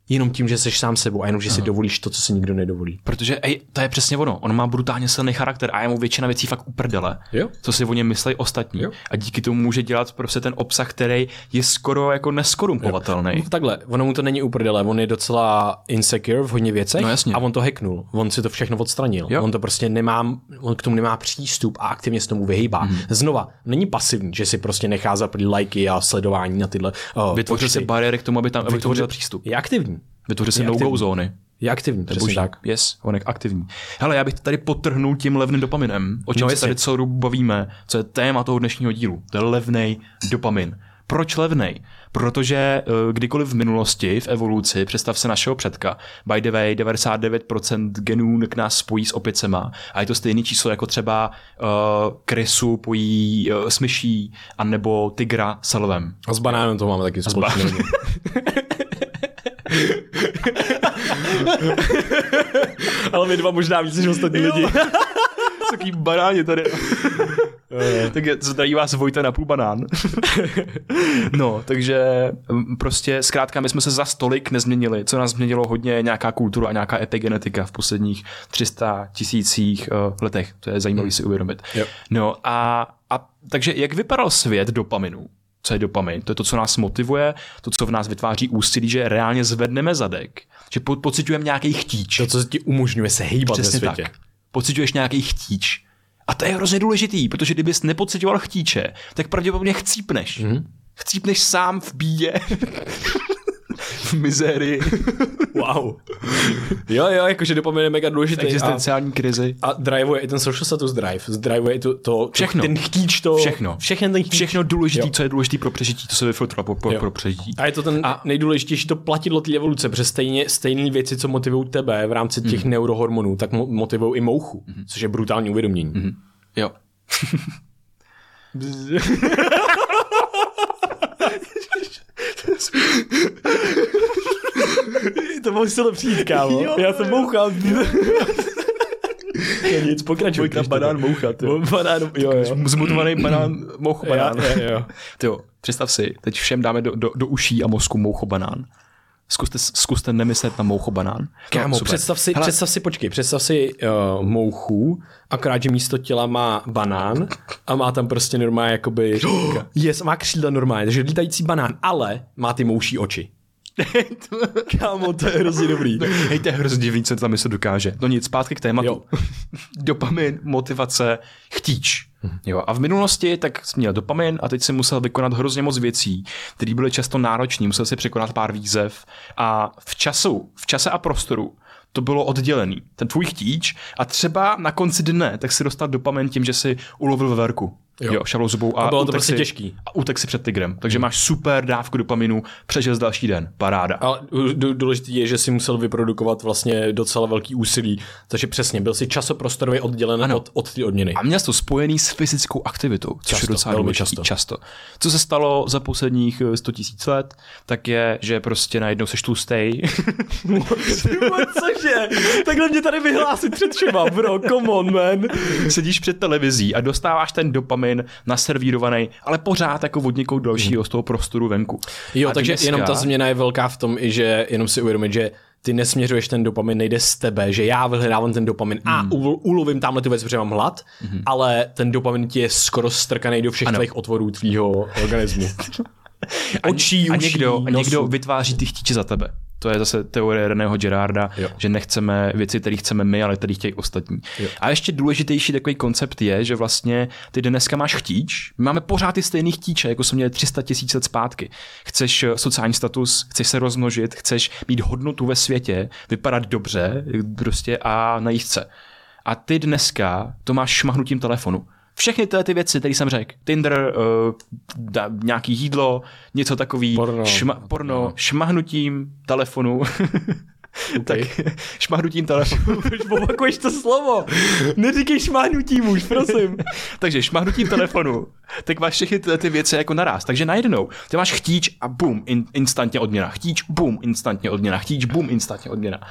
Speaker 3: jenom tím, že jsi sám sebou a jenom, že si dovolíš to, co si nikdo nedovolí.
Speaker 2: Protože to je přesně ono. On má brutálně silný charakter a je mu většina věcí fakt uprdele. Co si o něm myslí ostatní. Jo. A díky tomu může dělat prostě ten obsah, který je skoro jako neskorumpovatelný.
Speaker 3: Takhle, ono mu to není uprdele, on je docela insecure v hodně věcech a on to hacknul. On si to všechno odstranil. On to prostě on k tomu nemá přístup a aktivně se tomu vyhýbá. Znova, není pasivní, že si prostě nechá zaplit lajky a sledování na tyhle.
Speaker 2: Vytvořil si bariéry k tomu, aby tam vytvořil přístup.
Speaker 3: Je aktivní.
Speaker 2: Vytvořil si no-go zóny.
Speaker 3: Je aktivní, přesně tak.
Speaker 2: Yes, on je aktivní. Hele, já bych to tady podtrhnul tím levným dopaminem, o čem se tady celou dobu bavíme, co je téma toho dnešního dílu. To je levnej dopamin. Proč levnej? Protože kdykoliv v minulosti, v evoluci, představ se našeho předka, by the way, 99% genů k nás spojí s opicema a je to stejné číslo jako třeba krysu pojí s myší, anebo tygra s lvem.
Speaker 3: A s banánem to máme taky společně. Ale my dva možná víc než ostatní lidi.
Speaker 2: Taký banáni tady. Tak zdraví vás Vojta na půl banán. No, takže prostě zkrátka my jsme se za stolik nezměnili. Co nás změnilo hodně nějaká kultura a nějaká epigenetika v posledních 300 000 letech. To je zajímavý si uvědomit.
Speaker 3: Jo.
Speaker 2: No a takže jak vypadal svět dopaminu? Co je dopamin? To je to, co nás motivuje, to, co v nás vytváří úsilí, že reálně zvedneme zadek, že pociťujeme nějaký chtíč.
Speaker 3: To, co ti umožňuje se hýbat ve světě.
Speaker 2: Tak. Pociťuješ nějaký chtíč. A to je hrozně důležitý, protože kdybys nepociťoval chtíče, tak pravděpodobně chcípneš. Chcípneš sám v bídě. V mizérii.
Speaker 3: Wow. Jo, jakože dopamin je mega důležitý.
Speaker 2: Existenciální krizi.
Speaker 3: A drivuje i ten social status drive. Drivuje i to
Speaker 2: všechno.
Speaker 3: Ten chtíč to.
Speaker 2: Všechno.
Speaker 3: Všechno
Speaker 2: důležitý, co je důležitý pro přežití, to se vyfiltruje pro přežití.
Speaker 3: A je to ten nejdůležitější to platidlo té evoluce, protože stejné věci, co motivují tebe v rámci těch neurohormonů, tak motivují i mouchu, což je brutální uvědomění.
Speaker 2: Jo.
Speaker 3: To muselo přijít, kámo. Já jsem mouchal. Nic, pokračuj.
Speaker 2: Banán mouchat.
Speaker 3: Jo.
Speaker 2: Zmutovaný banán, mouchobanán.
Speaker 3: Jo.
Speaker 2: Tyjo, představ si, teď všem dáme do uší a mozku mouchobanán. Zkuste nemyslet na mouchobanán.
Speaker 3: Kámo, představ si mouchu, akorát, že místo těla má banán a má tam prostě normálně jakoby... má křídla normálně, takže lítající banán, ale má ty mouší oči. Kámo, to je hrozně dobrý.
Speaker 2: Hej, to je hrozně divný, co tam mysl dokáže. No nic, zpátky k tématu. Dopamin, motivace, chtíč. Jo, a v minulosti tak jsi měl dopamin a teď si musel vykonat hrozně moc věcí, které byly často náročné, musel si překonat pár výzev a v čase a prostoru to bylo oddělený. Ten tvůj chtíč a třeba na konci dne tak si dostal dopamin tím, že si ulovil veverku. Jo, šavlou zubou a
Speaker 3: bylo to prostě těžký.
Speaker 2: A utek si před tigrem. Takže máš super dávku dopaminu, přežil další den. Paráda.
Speaker 3: Ale důležité je, že si musel vyprodukovat vlastně docela velký úsilí. Takže přesně, byl si časoprostorově oddělen od té odměny.
Speaker 2: A měl jsi to spojený s fyzickou aktivitou, což je docela velmi často. Co se stalo za posledních 100 000 let, tak je, že prostě najednou seš tlustej.
Speaker 3: Cože? Takhle mě tady vyhlásit před všema, bro, come on, man.
Speaker 2: Sedíš před televizí a dostáváš ten dopamin naservírovaný, ale pořád jako od někoho dalšího z toho prostoru venku.
Speaker 3: Jo, takže dneska... jenom ta změna je velká v tom, i že jenom si uvědomit, že ty nesměřuješ ten dopamin, nejde z tebe, že já vyhledávám ten dopamin a ulovím tamhle tu věc, protože mám hlad, ale ten dopamin ti je skoro strkaný do všech tvých otvorů tvýho organismu. Očí, uší,
Speaker 2: a někdo vytváří ty chtíče za tebe. To je zase teorie Reného Girarda, že nechceme věci, které chceme my, ale které chtějí ostatní. Jo. A ještě důležitější takový koncept je, že vlastně ty dneska máš chtíč. My máme pořád ty stejný chtíče, jako jsme měli 300 000 let zpátky. Chceš sociální status, chceš se rozmnožit, chceš mít hodnotu ve světě, vypadat dobře prostě a najíst se. A ty dneska to máš šmahnutím telefonu. Všechny ty věci, které jsem řekl, Tinder, nějaký jídlo, něco takový, porno, šmahnutím telefonu. Tak šmahnutím telefonu.
Speaker 3: Opakuješ to slovo. Neříkej šmahnutím už, prosím.
Speaker 2: Takže šmahnutím telefonu. Tak máš všechny ty věci jako naraz. Takže najednou ty máš chtíč a bum, instantně odměna. Chtíč, bum, instantně odměna. Chtíč, bum, instantně odměna.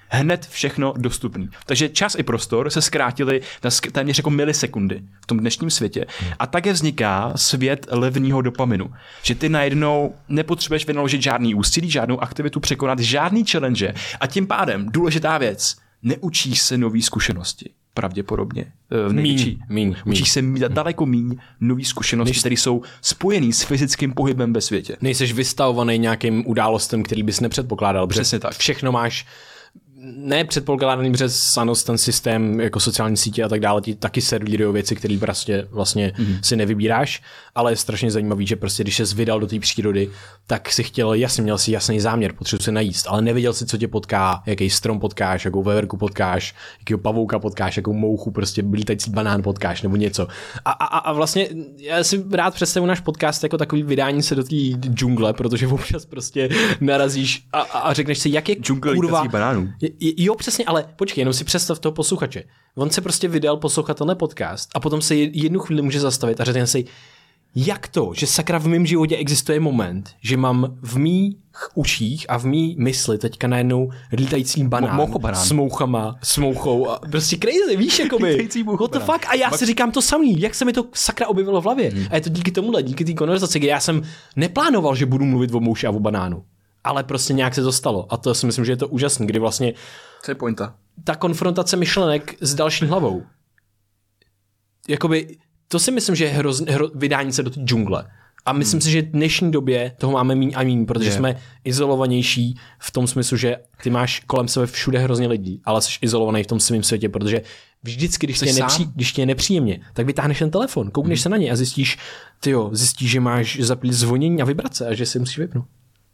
Speaker 2: hned všechno dostupný. Takže čas i prostor se zkrátili na téměř jako milisekundy v tom dnešním světě. A také vzniká svět levného dopaminu. Že ty najednou nepotřebuješ vynaložit žádný úsilí, žádnou aktivitu, překonat žádný challenge a tím pádem důležitá věc, neučíš se nový zkušenosti. Pravděpodobně.
Speaker 3: Míň.
Speaker 2: Učíš se daleko míň nový zkušenosti, které jsou spojený s fyzickým pohybem ve světě.
Speaker 3: Nejseš vystavovaný nějakým událostem, který bys nepředpokládal.
Speaker 2: Přesně tak.
Speaker 3: Všechno máš nepředpokládaný přes ten systém jako sociální sítě a tak dále, ti taky servírují věci, které prostě vlastně si nevybíráš, ale je strašně zajímavý, že prostě když ses vydal do té přírody, tak si měl si jasný záměr, potřebuji se najíst, ale nevěděl si, co tě potká, jaký strom potkáš, jakou veverku potkáš, jakýho pavouka potkáš, jakou mouchu, prostě lítající banán potkáš nebo něco. A vlastně já si rád představu náš podcast jako takový vydání se do té džungle, protože občas prostě narazíš a řekneš si, jak je kurva
Speaker 2: banánů.
Speaker 3: Jo, přesně, ale počkej, jenom si představ toho posluchače. On se prostě vydal poslouchat tenhle podcast a potom se jednu chvíli může zastavit a řekne si, jak to, že sakra v mém životě existuje moment, že mám v mých uších a v mý mysli teďka najednou lítající banán s mouchama, s mouchou a prostě crazy, víš, jakoby. What the fuck? A já si říkám to samý, jak se mi to sakra objevilo v hlavě. A je to díky tomuhle, díky té konverzaci, kdy já jsem neplánoval, že budu mluvit o mouši a o banánu. Ale prostě nějak se to stalo. A to si myslím, že je to úžasný, kdy vlastně
Speaker 2: co je pointa?
Speaker 3: Ta konfrontace myšlenek s další hlavou. Jakoby, to si myslím, že je vydání se do té džungle. A myslím si, že v dnešní době toho máme míň a míň, protože jsme izolovanější v tom smyslu, že ty máš kolem sebe všude hrozně lidí, ale jsi izolovaný v tom svém světě, protože vždycky, když tě je nepříjemně, tak vytáhneš ten telefon, koukneš se na něj a zjistíš, že máš zapít zvonění a vibrace a že si musíš vypnout.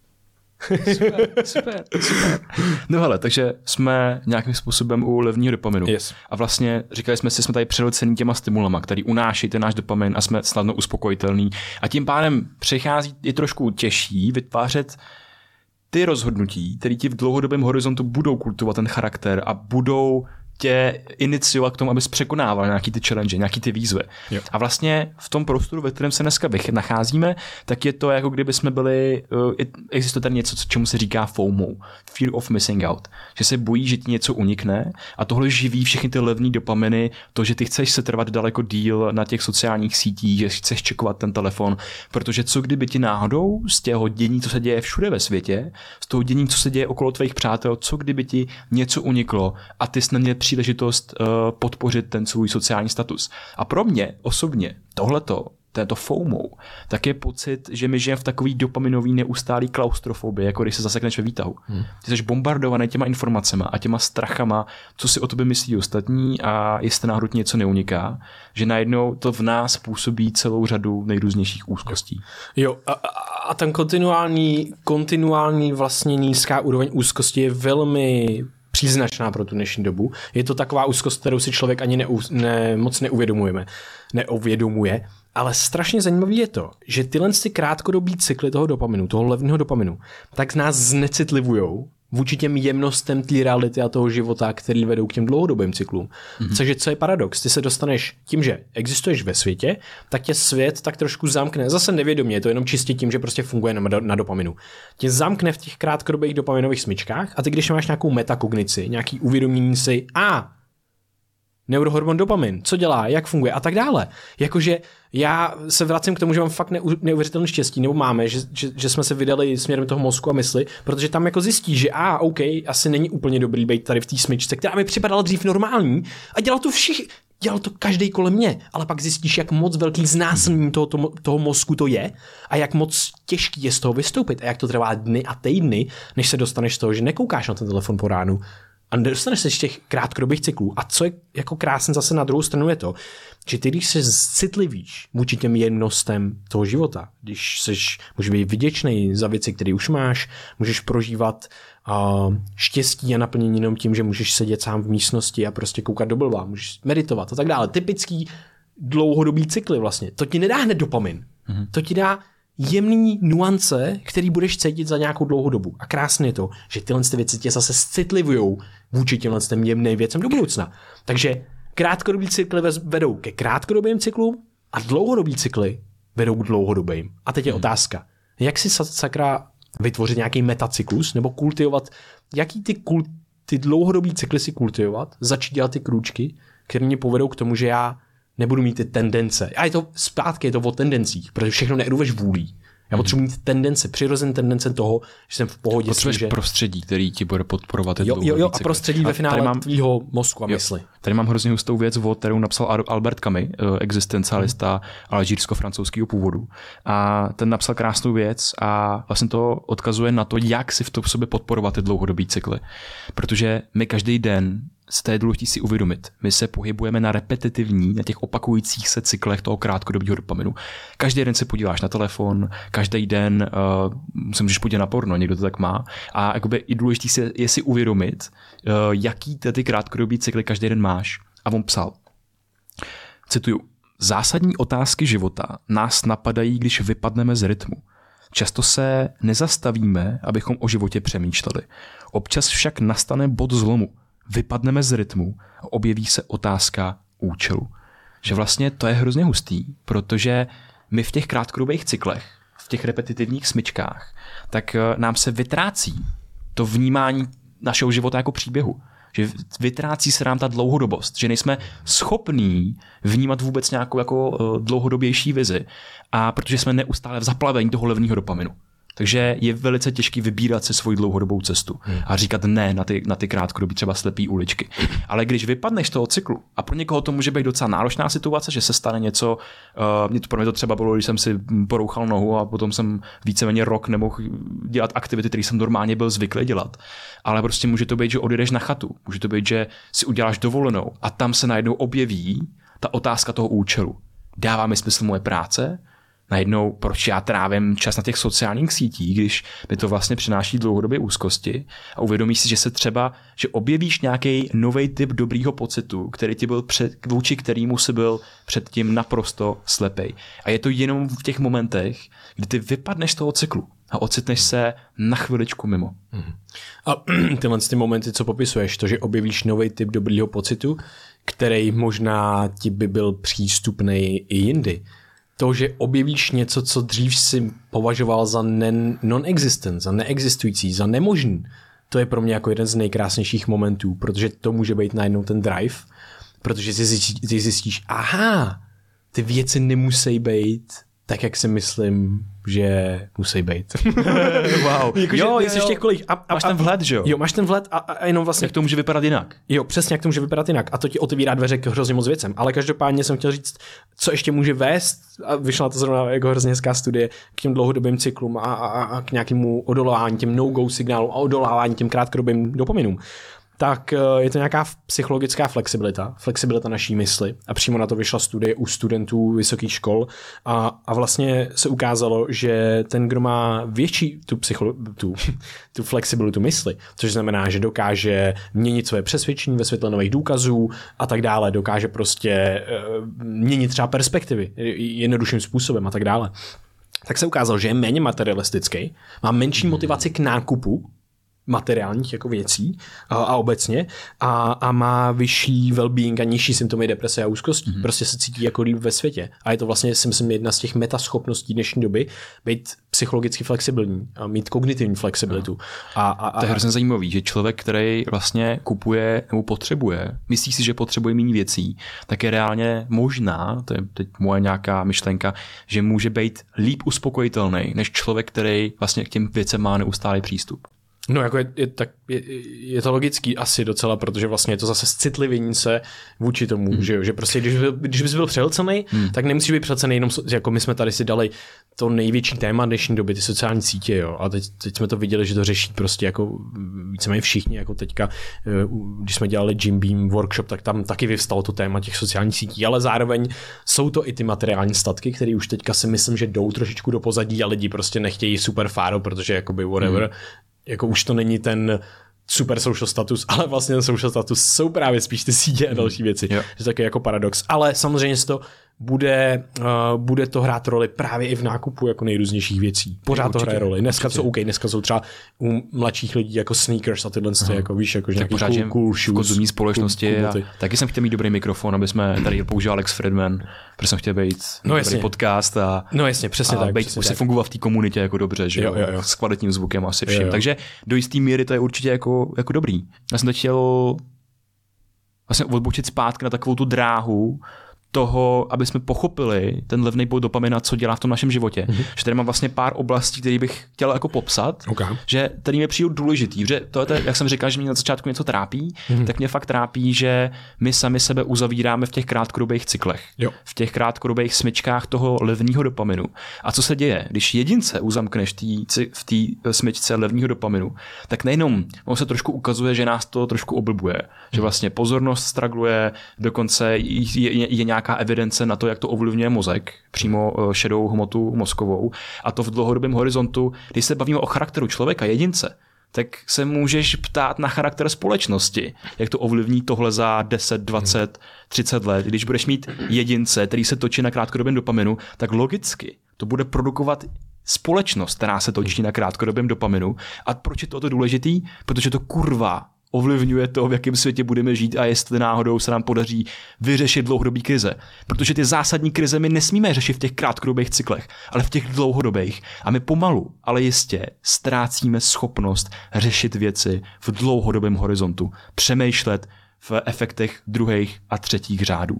Speaker 2: Super. No hele, takže jsme nějakým způsobem u levního dopaminu.
Speaker 3: Yes.
Speaker 2: A vlastně říkali jsme si, jsme tady předocený těma stimulama, který unáší ten náš dopamin a jsme snadno uspokojitelný. A tím pádem přechází je trošku těžší vytvářet ty rozhodnutí, které ti v dlouhodobém horizontu budou kultivovat ten charakter a budou tě iniciovat k tomu, abys překonával nějaký ty challenge, nějaký ty výzvy.
Speaker 3: Jo.
Speaker 2: A vlastně v tom prostoru, ve kterém se dneska nacházíme, tak je to jako kdyby jsme byli, existuje tady něco, čemu se říká FOMO, Fear of Missing Out, že se bojí, že ti něco unikne a tohle živí všechny ty levný dopaminy, to, že ty chceš se trvat daleko díl na těch sociálních sítích, že chceš čekovat ten telefon, protože co kdyby ti náhodou z těho dění, co se děje všude ve světě, z toho dění, co se děje okolo tvých přátel, co kdyby ti něco uniklo a ty jsi neměl příležitost podpořit ten svůj sociální status. A pro mě osobně tento FOMO, tak je pocit, že my žijeme v takový dopaminový neustálý klaustrofobii, jako když se zasekneš ve výtahu. Ty jsi bombardovaný těma informacema a těma strachama, co si o tobě myslí ostatní a jestli náhodou něco neuniká, že najednou to v nás působí celou řadu nejrůznějších úzkostí.
Speaker 3: Jo, a ten kontinuální vlastně nízká úroveň úzkosti je velmi příznačná pro tu dnešní dobu. Je to taková úzkost, kterou si člověk ani moc neuvědomuje, ale strašně zajímavé je to, že tyhle krátkodobý cykly toho dopaminu, toho levného dopaminu, tak nás znecitlivujou vůči těm jemnostem té reality a toho života, který vedou k těm dlouhodobým cyklům. Takže co je paradox? Ty se dostaneš tím, že existuješ ve světě, tak tě svět tak trošku zamkne. Zase nevědomě, je to jenom čistě tím, že prostě funguje na dopaminu. Tě zamkne v těch krátkodobých dopaminových smyčkách a ty, když máš nějakou metakognici, nějaký uvědomění si, neurohormon dopamin, co dělá, jak funguje a tak dále. Jakože já se vracím k tomu, že mám fakt neuvěřitelné štěstí, nebo máme, že jsme se vydali směrem toho mozku a mysli, protože tam jako zjistí, že OK, asi není úplně dobrý být tady v té smyčce, která mi připadala dřív normální a dělal to každý kolem mě, ale pak zjistíš, jak moc velký znásilnění toho mozku to je a jak moc těžký je z toho vystoupit a jak to trvá dny a týdny, než se dostaneš z toho, že nekoukáš na ten telefon po ránu a dostaneš se z těch krátkodobých cyklů. A co je jako krásné zase na druhou stranu je to, že ty, když se citlivíš vůči těm jemnostem toho života, můžeš být vděčný za věci, které už máš, můžeš prožívat štěstí a naplnění jenom tím, že můžeš sedět sám v místnosti a prostě koukat do blba, můžeš meditovat a tak dále. Typický dlouhodobý cykly vlastně. To ti nedá hned dopamin. To ti dá jemný nuance, který budeš cítit za nějakou dlouhou dobu. A krásně je to, že tyhle věci tě zase citlivujou vůči těmhle jemným věcem do budoucna. Takže krátkodobý cykly vedou ke krátkodobým cyklům a dlouhodobý cykly vedou k dlouhodobým. A teď je otázka, jak si sakra vytvořit nějaký metacyklus nebo kultivovat, jaký ty ty dlouhodobý cykly si kultivovat, začít dělat ty krůčky, které mě povedou k tomu, že já nebudu mít ty tendence. A je to zpátky, je to o tendencích, protože všechno nejduveš vůlí. Já potřebuji mít tendence, přirozené tendence toho, že jsem v pohodě.
Speaker 2: Potřebuješ prostředí, který ti bude podporovat.
Speaker 3: Jo, a prostředí ve finále tvýho mozku a mysli.
Speaker 2: Tady mám hrozně hustou věc, o kterou napsal Albert Camus, existencialista alžírsko-francouzského původu. A ten napsal krásnou věc a vlastně to odkazuje na to, jak si v sobě podporovat ty dlouhodobý cykly. Protože my každý den, to je důležité si uvědomit. My se pohybujeme na těch opakujících se cyklech toho krátkodobého dopaminu. Každý den se podíváš na telefon, každý den se můžeš podívat na porno, někdo to tak má. A jakoby i důležité je si uvědomit, jaký ty krátkodobý cykly každý den máš. A on psal, cituju, zásadní otázky života nás napadají, když vypadneme z rytmu. Často se nezastavíme, abychom o životě přemýšleli. Občas však nastane bod zlomu. Vypadneme z rytmu a objeví se otázka účelu. Že vlastně to je hrozně hustý, protože my v těch krátkodobých cyklech, v těch repetitivních smyčkách, tak nám se vytrácí to vnímání našeho života jako příběhu. Že vytrácí se nám ta dlouhodobost, že nejsme schopní vnímat vůbec nějakou jako dlouhodobější vizi, a protože jsme neustále v zaplavení toho levného dopaminu. Takže je velice těžký vybírat si svoji dlouhodobou cestu a říkat ne na ty krátkodobí třeba slepý uličky. Ale když vypadneš z toho cyklu, a pro někoho to může být docela náročná situace, že se stane něco, pro mě to třeba bylo, když jsem si porouchal nohu a potom jsem víceméně rok nemohl dělat aktivity, které jsem normálně byl zvyklý dělat. Ale prostě může to být, že odjedeš na chatu, může to být, že si uděláš dovolenou a tam se najednou objeví ta otázka toho účelu. Dává mi smysl moje práce? Najednou, proč já trávím čas na těch sociálních sítích, když mi to vlastně přináší dlouhodobě úzkosti a uvědomíš si, že objevíš nějaký nový typ dobrýho pocitu, který ti byl vůči kterému si byl předtím naprosto slepej. A je to jenom v těch momentech, kdy ty vypadneš z toho cyklu a ocitneš se na chviličku mimo.
Speaker 3: A tyhle ty momenty, co popisuješ, to, že objevíš nový typ dobrýho pocitu, který možná ti by byl přístupný i jindy. To, že objevíš něco, co dřív si považoval za non-existent, za neexistující, za nemožný, to je pro mě jako jeden z nejkrásnějších momentů, protože to může být najednou ten drive, protože ty zjistíš, aha, ty věci nemusí být tak, jak si myslím, že musí být.
Speaker 2: Wow.
Speaker 3: Jo, jsi těch kolik.
Speaker 2: Máš ten vhled, že jo?
Speaker 3: Jo, máš ten vhled a jenom vlastně...
Speaker 2: Jak to může vypadat jinak.
Speaker 3: Jo, přesně jak to může vypadat jinak. A to ti otevírá dveře k hrozně moc věcem. Ale každopádně jsem chtěl říct, co ještě může vést, a vyšla to zrovna jako hrozně hezká studie, k těm dlouhodobým cyklům a k nějakému odolávání těm no-go signálům a odolávání těm krátkodobým dopaminům. Tak je to nějaká psychologická flexibilita naší mysli. A přímo na to vyšla studie u studentů vysokých škol a vlastně se ukázalo, že ten, kdo má větší tu flexibilitu mysli, což znamená, že dokáže měnit své přesvědčení ve světle nových důkazů a tak dále, dokáže prostě měnit třeba perspektivy jednodušším způsobem a tak dále, tak se ukázalo, že je méně materialistický, má menší motivaci k nákupu materiálních jako věcí a obecně a má vyšší well-being a nižší symptomy deprese a úzkosti. Prostě se cítí jako líp ve světě. A je to vlastně, si myslím, jedna z těch metaschopností dnešní doby, být psychologicky flexibilní a mít kognitivní flexibilitu.
Speaker 2: To je hrozně zajímavý, že člověk, který vlastně kupuje nebo potřebuje, myslí si, že potřebuje méně věcí, tak je reálně možná, to je teď moje nějaká myšlenka, že může být líp uspokojitelný, než člověk, který vlastně k těm věcem má neustálý přístup.
Speaker 3: No jako je to logický asi docela, protože vlastně je to zase citlivění se vůči tomu, že prostě když bys byl přehlcený, tak nemusíš být přehlcený jenom, jako my jsme tady si dali to největší téma dnešní doby, ty sociální sítě, jo, a teď jsme to viděli, že to řeší prostě jako víceméně všichni, jako teďka, když jsme dělali Jim Beam workshop, tak tam taky vyvstalo to téma těch sociálních sítí, ale zároveň jsou to i ty materiální statky, které už teďka si myslím, že jdou trošičku do pozadí a lidi prostě nechtějí super fáro, protože jakoby whatever, jako už to není ten super social status, ale vlastně ten social status jsou právě spíš ty sítě a další věci. Že to je jako paradox. Ale samozřejmě se to bude to hrát roli právě i v nákupu jako nejrůznějších věcí. Pořád to hraje roli. Dneska jsou třeba u mladších lidí jako sneakers a tyhle jako víš, jako nějaký cool shoes.
Speaker 2: V konzumní společnosti a taky jsem chtěl mít dobrý mikrofon, aby jsme tady použil Alex Friedman, protože jsem chtěl být dobrý podcast a
Speaker 3: přesně tak.
Speaker 2: Prostě fungovat v té komunitě jako dobře, že jo, s kvalitním zvukem asi vším. Takže do jistý míry to je určitě jako dobrý. Já jsem teď chtěl vlastně odbočit zpátky na takovou tu dráhu toho, aby jsme pochopili ten levný bod dopamina, co dělá v tom našem životě. Že tady mám vlastně pár oblastí, které bych chtěl jako popsat, že tady mi přijde důležitý, že to je, jak jsem říkal, že mě na začátku něco trápí, tak mě fakt trápí, že my sami sebe uzavíráme v těch krátkodobých cyklech. V těch krátkodobých smyčkách toho levného dopaminu. A co se děje? Když jedince uzamkneš v té smyčce levného dopaminu, tak nejenom on se trošku ukazuje, že nás to trošku oblbuje, že vlastně pozornost stragluje, dokonce je nějaká evidence na to, jak to ovlivňuje mozek, přímo šedou hmotu mozkovou. A to v dlouhodobém horizontu, když se bavíme o charakteru člověka, jedince, tak se můžeš ptát na charakter společnosti, jak to ovlivní tohle za 10, 20, 30 let. Když budeš mít jedince, který se točí na krátkodobém dopaminu, tak logicky to bude produkovat společnost, která se točí na krátkodobém dopaminu. A proč je to důležitý? Protože to kurva ovlivňuje to, v jakém světě budeme žít a jestli náhodou se nám podaří vyřešit dlouhodobý krize. Protože ty zásadní krize my nesmíme řešit v těch krátkodobých cyklech, ale v těch dlouhodobých. A my pomalu, ale jistě ztrácíme schopnost řešit věci v dlouhodobém horizontu. Přemýšlet v efektech druhých a třetích řádů.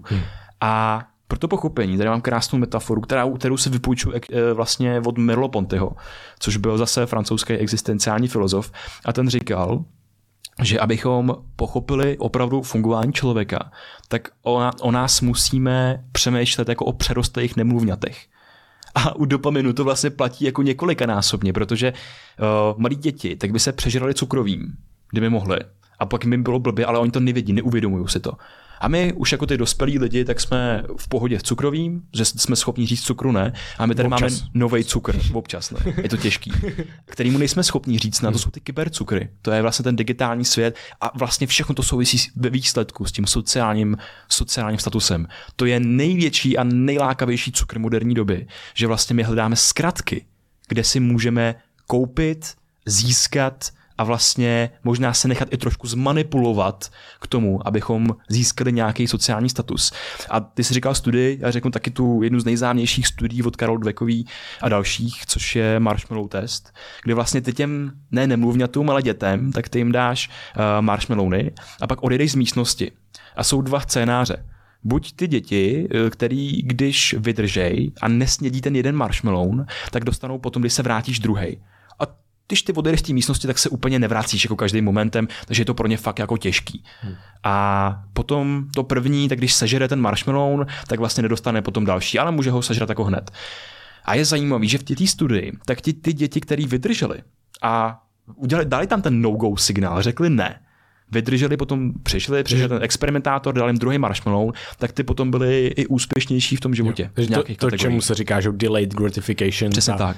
Speaker 2: A pro to pochopení, tady mám krásnou metaforu, kterou si vypůjčuji vlastně od Merleau-Pontyho, což byl zase francouzský existenciální filozof. A ten říkal, že abychom pochopili opravdu fungování člověka, tak o nás musíme přemýšlet jako o přerostlých nemluvňatech. A u dopaminu to vlastně platí jako několikanásobně, protože malí děti tak by se přežrali cukrovým, kdyby mohli. A pak jim by bylo blbě, ale oni to nevědí, neuvědomují si to. A my už jako ty dospělí lidi, tak jsme v pohodě s cukrovým, že jsme schopni říct cukru ne. A my tady máme nový cukr, občas ne. Je to těžký. Kterýmu nejsme schopni říct na to jsou ty kybercukry. To je vlastně ten digitální svět a vlastně všechno to souvisí ve výsledku s tím sociálním statusem. To je největší a nejlákavější cukr moderní doby, že vlastně my hledáme zkratky, kde si můžeme koupit, získat a vlastně možná se nechat i trošku zmanipulovat k tomu, abychom získali nějaký sociální status. A ty jsi říkal studii, já řeknu taky tu jednu z nejznámějších studií od Carol Dweckový a dalších, což je marshmallow test, kde vlastně ty těm ne nemluvňatům, ale dětem, tak ty jim dáš marshmallowny a pak odejdeš z místnosti. A jsou dva scénáře. Buď ty děti, který když vydržej a nesnědí ten jeden marshmallow, tak dostanou potom, když se vrátíš druhej. Když ty odejdeš z té místnosti, tak se úplně nevracíš jako každým momentem, takže je to pro ně fakt jako těžký. A potom to první, tak když sežere ten marshmallow, tak vlastně nedostane potom další, ale může ho sežrat jako hned. A je zajímavý, že v té studii, tak ty děti, který vydrželi a dali tam ten no-go signál, řekli ne, vydrželi, potom přišel ten experimentátor, dal jim druhý marshmallow, tak ty potom byli i úspěšnější v tom životě.
Speaker 3: To čemu se říká, že delayed gratification.
Speaker 2: Přesně tak.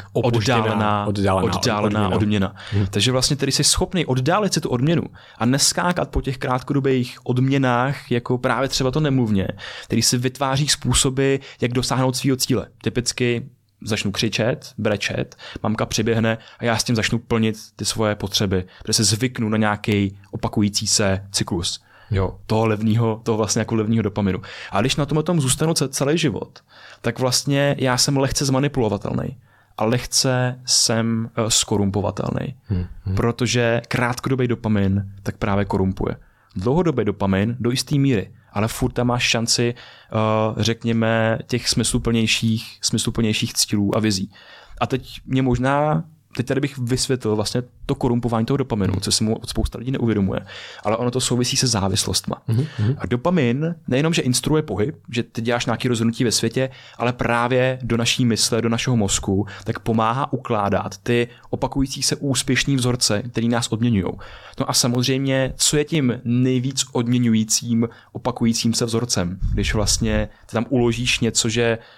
Speaker 2: Oddálená odměna. Takže vlastně tedy jsi schopný oddálit si tu odměnu a neskákat po těch krátkodobých odměnách, jako právě třeba to nemluvně, který si vytváří způsoby, jak dosáhnout svého cíle. Typicky začnu křičet, brečet, mamka přiběhne a já s tím začnu plnit ty svoje potřeby, protože se zvyknu na nějaký opakující se cyklus. Toho vlastně jako levního dopaminu. A když na tom zůstanu celý život, tak vlastně já jsem lehce zmanipulovatelný a lehce jsem skorumpovatelný. Protože krátkodobý dopamin tak právě korumpuje. Dlouhodobý dopamin do jisté míry, ale furt tam máš šanci, řekněme, těch smysluplnějších cílů a vizí. A teď tady bych vysvětlil vlastně to korumpování toho dopaminu, co si mu spousta lidí neuvědomuje, ale ono to souvisí se závislostma. A dopamin nejenom, že instruuje pohyb, že ty děláš nějaké rozhodnutí ve světě, ale právě do naší mysle, do našeho mozku, tak pomáhá ukládat ty opakující se úspěšní vzorce, který nás odměňují. No a samozřejmě, co je tím nejvíc odměňujícím opakujícím se vzorcem, když vlastně ty tam uložíš něco, že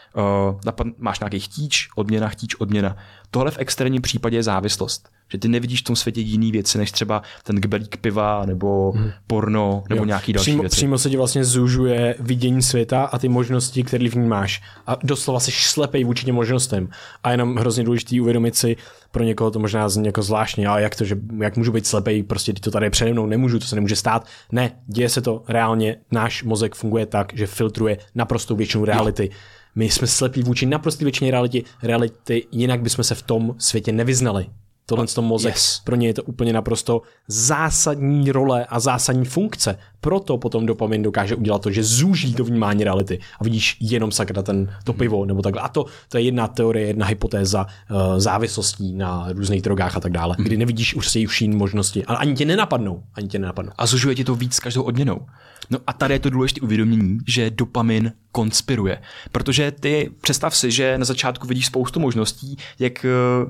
Speaker 2: máš nějaký chtíč, odměna. Tohle v extrémním případě je závislost. Že ty nevidíš v tom světě jiný věci, než třeba ten kbelík piva, nebo porno, nebo nějaký další věci.
Speaker 3: Přímo se ti vlastně zužuje vidění světa a ty možnosti, které v ní máš. A doslova jsi slepej vůči těm možnostem. A jenom hrozně důležitý uvědomit si, pro někoho to možná zní jako zvláštně, ale jak můžu být slepej, prostě to tady přede mnou nemůžu, to se nemůže stát. Ne, děje se to reálně, náš mozek funguje tak, že filtruje naprostou většinu reality. My jsme slepí vůči naprosté většině reality, jinak bychom se v tom světě nevyznali. Tohle z toho mozek, pro ně je to úplně naprosto zásadní role a zásadní funkce. Proto potom dopamin dokáže udělat to, že zúží to vnímání reality a vidíš jenom sakra to pivo nebo takhle. A to je jedna teorie, jedna hypotéza závislostí na různých drogách a tak dále, kdy nevidíš už jiné možnosti, ale ani tě nenapadnou. A
Speaker 2: zužuje ti to víc každou odměnou. No a tady je to důležité uvědomění, že dopamin konspiruje. Protože ty představ si, že na začátku vidíš spoustu možností, jak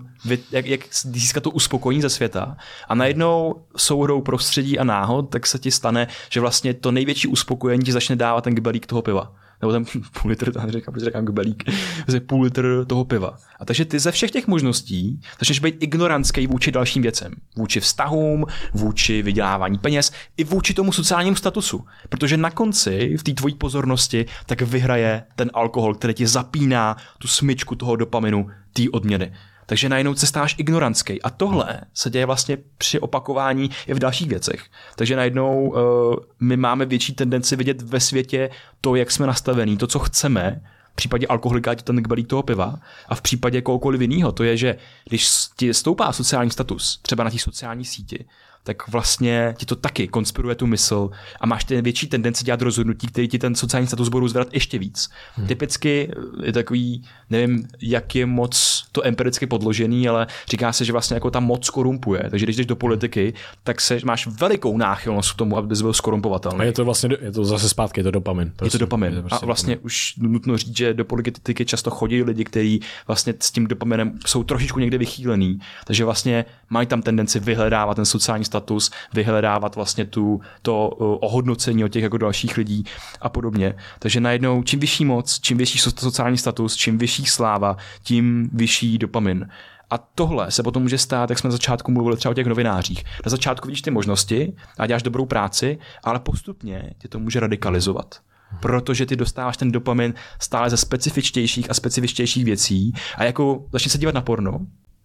Speaker 2: získat to uspokojení ze světa a najednou souhrou prostředí a náhod, tak se ti stane, že vlastně to největší uspokojení ti začne dávat ten kbelík toho piva. Nebo ten půl litr, to neříkám, protože říkám kbelík, půl litr toho piva. A takže ty ze všech těch možností začneš být ignorantský vůči dalším věcem. Vůči vztahům, vůči vydělávání peněz, i vůči tomu sociálnímu statusu. Protože na konci v té tvojí pozornosti tak vyhraje ten alkohol, který ti zapíná tu smyčku toho dopaminu, té odměny. Takže najednou se stáváš ignorantský. A tohle se děje vlastně při opakování i v dalších věcech. Takže najednou my máme větší tendenci vidět ve světě to, jak jsme nastavení, to, co chceme. V případě alkoholika je to ten kbelík toho piva. A v případě kohokoliv jiného, to je, že když ti stoupá sociální status, třeba na té sociální síti, tak vlastně ti to taky konspiruje tu mysl a máš ten větší tendenci dělat rozhodnutí, který ti ten sociální status budou zvedat ještě víc. Typicky je takový, nevím, jak je moc to empiricky podložený, ale říká se, že vlastně jako ta moc korumpuje. Takže když jdeš do politiky, tak máš velikou náchylnost k tomu, aby byl skorumpovatelný.
Speaker 3: A je to zase zpátky, je to dopamin.
Speaker 2: Je to dopamin. A vlastně už nutno říct, že do politiky často chodí lidi, kteří vlastně s tím dopaminem jsou trošičku někde vychýlený. Takže vlastně mají tam tendenci vyhledávat ten sociální status, vyhledávat vlastně to ohodnocení od těch jako dalších lidí a podobně. Takže najednou čím vyšší moc, čím vyšší sociální status, čím vyšší sláva, tím vyšší dopamin. A tohle se potom může stát, jak jsme na začátku mluvili třeba o těch novinářích. Na začátku vidíš ty možnosti a děláš dobrou práci, ale postupně tě to může radikalizovat. Protože ty dostáváš ten dopamin stále ze specifičtějších a specifičtějších věcí a jako začni se dívat na porno.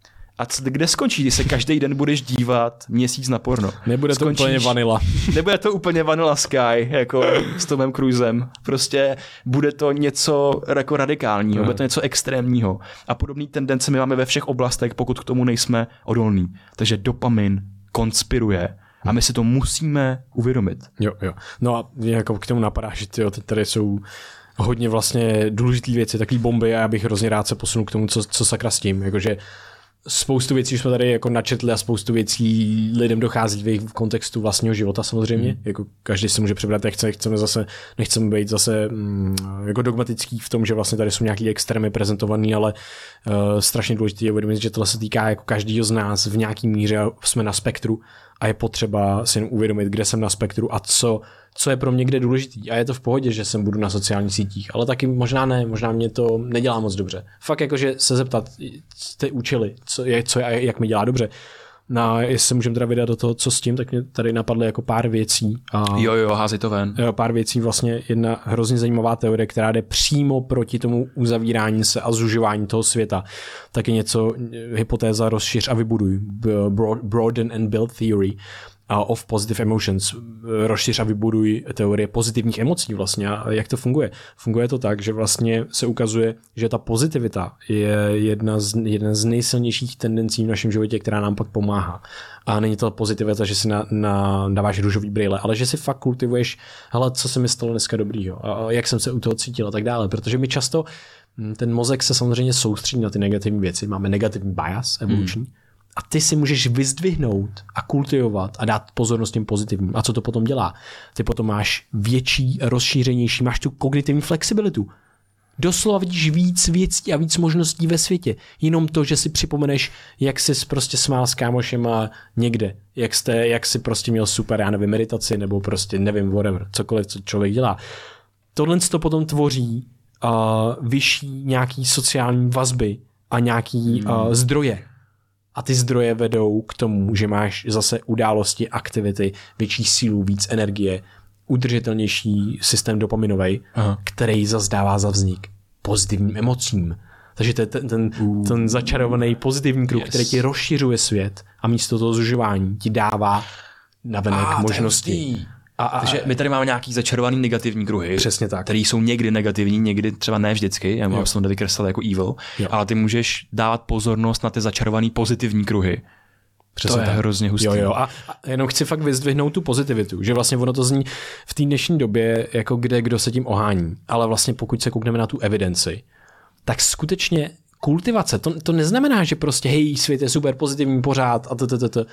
Speaker 2: A kde skončí, když se každý den budeš dívat měsíc na porno?
Speaker 3: Nebude to úplně vanilla.
Speaker 2: Nebude to úplně vanilla sky, jako s Tomem Cruisem. Prostě bude to něco jako radikálního, bude to něco extrémního. A podobné tendence my máme ve všech oblastech, pokud k tomu nejsme odolní. Takže dopamin konspiruje. A my si to musíme uvědomit.
Speaker 3: Jo. No a jako k tomu napadá, že tady jsou hodně vlastně důležité věci, takové bomby a já bych hrozně rád se posunul k tomu, co sakra s tím. Jakože spoustu věcí jsme tady jako načetli a spoustu věcí lidem dochází v jejich kontextu vlastního života samozřejmě. Jako každý si může přebrat, jak nechceme být zase jako dogmatický v tom, že vlastně tady jsou nějaký extrémy prezentovaný, ale strašně důležité je uvědomit, že tohle se týká jako každýho z nás v nějaký míře, jsme na spektru a je potřeba si uvědomit, kde jsem na spektru a co je pro mě kde důležitý. A je to v pohodě, že jsem budu na sociálních sítích, ale taky možná ne, možná mě to nedělá moc dobře. Fakt jakože se zeptat, jste učili, jak mi dělá dobře. No, jestli se můžeme teda vydat do toho, co s tím, tak mě tady napadly jako pár věcí.
Speaker 2: Jo, házej to ven.
Speaker 3: Pár věcí, vlastně jedna hrozně zajímavá teorie, která jde přímo proti tomu uzavírání se a zužování toho světa. Tak je něco, hypotéza rozšiř a vybuduj, broaden and build theory of positive emotions. Rozšiř a vybuduj teorie pozitivních emocí vlastně. A jak to funguje? Funguje to tak, že vlastně se ukazuje, že ta pozitivita je jedna z nejsilnějších tendencí v našem životě, která nám pak pomáhá. A není to pozitivita, že si dáváš růžový brýle, ale že si fakt kultivuješ, hele, co se mi stalo dneska dobrýho a jak jsem se u toho cítil a tak dále. Protože my často, ten mozek se samozřejmě soustředí na ty negativní věci. Máme negativní bias evoluční. A ty si můžeš vyzdvihnout a kultivovat a dát pozornost těm pozitivním. A co to potom dělá? Ty potom máš větší, rozšířenější, máš tu kognitivní flexibilitu. Doslova vidíš víc věcí a víc možností ve světě. Jenom to, že si připomeneš, jak jsi prostě smál s kámošema někde. Jak jsi prostě měl super, já nevím, meditaci nebo prostě nevím, whatever, cokoliv, co člověk dělá. Tohle to potom tvoří vyšší nějaký sociální vazby a nějaký zdroje. A ty zdroje vedou k tomu, že máš zase události, aktivity, větší sílu, víc energie, udržitelnější systém dopaminový, který zase dává za vznik pozitivním emocím. Takže to je ten začarovaný pozitivní kruh, který ti rozšiřuje svět a místo toho zužování ti dává navenek možností.
Speaker 2: Takže my tady máme nějaký začarovaný negativní kruhy,
Speaker 3: přesně tak,
Speaker 2: který jsou někdy negativní, někdy třeba ne vždycky, já jsem to vykreslil jako evil, ale ty můžeš dávat pozornost na ty začarovaný pozitivní kruhy. Přesně to je hrozně hustý.
Speaker 3: A jenom chci fakt vyzdvihnout tu pozitivitu, že vlastně ono to zní v té dnešní době, jako kdo se tím ohání, ale vlastně pokud se koukneme na tu evidenci, tak skutečně kultivace, to neznamená, že prostě hej, svět je super pozitivní pořád a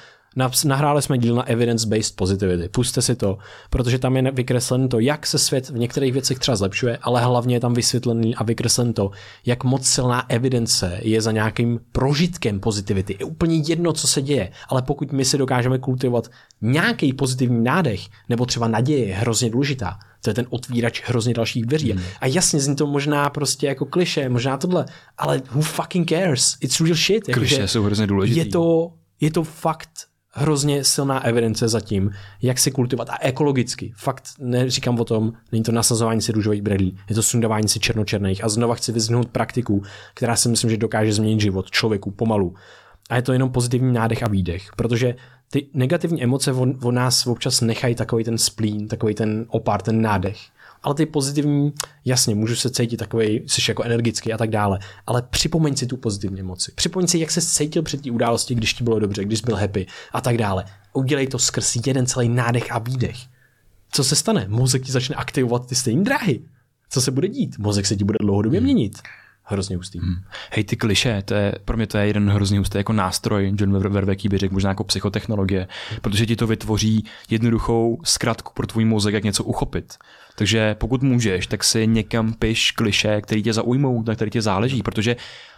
Speaker 3: nahráli jsme díl na evidence-based positivity. Pusťte si to, protože tam je vykreslen to, jak se svět v některých věcech třeba zlepšuje, ale hlavně je tam vysvětlený a vykreslen to, jak moc silná evidence je za nějakým prožitkem pozitivity. Je úplně jedno, co se děje, ale pokud my si dokážeme kultivovat nějaký pozitivní nádech, nebo třeba naděje je hrozně důležitá, to je ten otvírač hrozně dalších dveří. A jasně, zní to možná prostě jako klišé, možná tohle, ale who fucking cares? It's real shit.
Speaker 2: Klišé jsou hrozně důležitý.
Speaker 3: Je to fakt hrozně silná evidence za tím, jak se kultivovat a ekologicky. Fakt neříkám o tom, není to nasazování si růžových brýlí, je to sundávání si černočerných a znova chci vyzvihnout praktiku, která si myslím, že dokáže změnit život člověku pomalu. A je to jenom pozitivní nádech a výdech, protože ty negativní emoce o nás občas nechají takový ten splín, takový ten opár, ten nádech. Ale ty pozitivní, jasně, můžu se cítit takovej, jsi jako energický a tak dále, ale připomeň si tu pozitivní emoci. Připomeň si, jak se cítil před té události, když ti bylo dobře, když jsi byl happy a tak dále. Udělej to skrz jeden celý nádech a výdech. Co se stane? Mozek ti začne aktivovat ty stejné dráhy. Co se bude dít? Mozek se ti bude dlouhodobě měnit. Hrozně hustý.
Speaker 2: Hej, ty klišé, pro mě to je jeden hrozně hustý jako nástroj, John Vervaeke by řekl, možná jako psychotechnologie, protože ti to vytvoří jednoduchou zkratku pro tvůj mozek, jak něco uchopit. Takže pokud můžeš, tak si někam piš klišé, který tě zaujmou, na který tě záleží, protože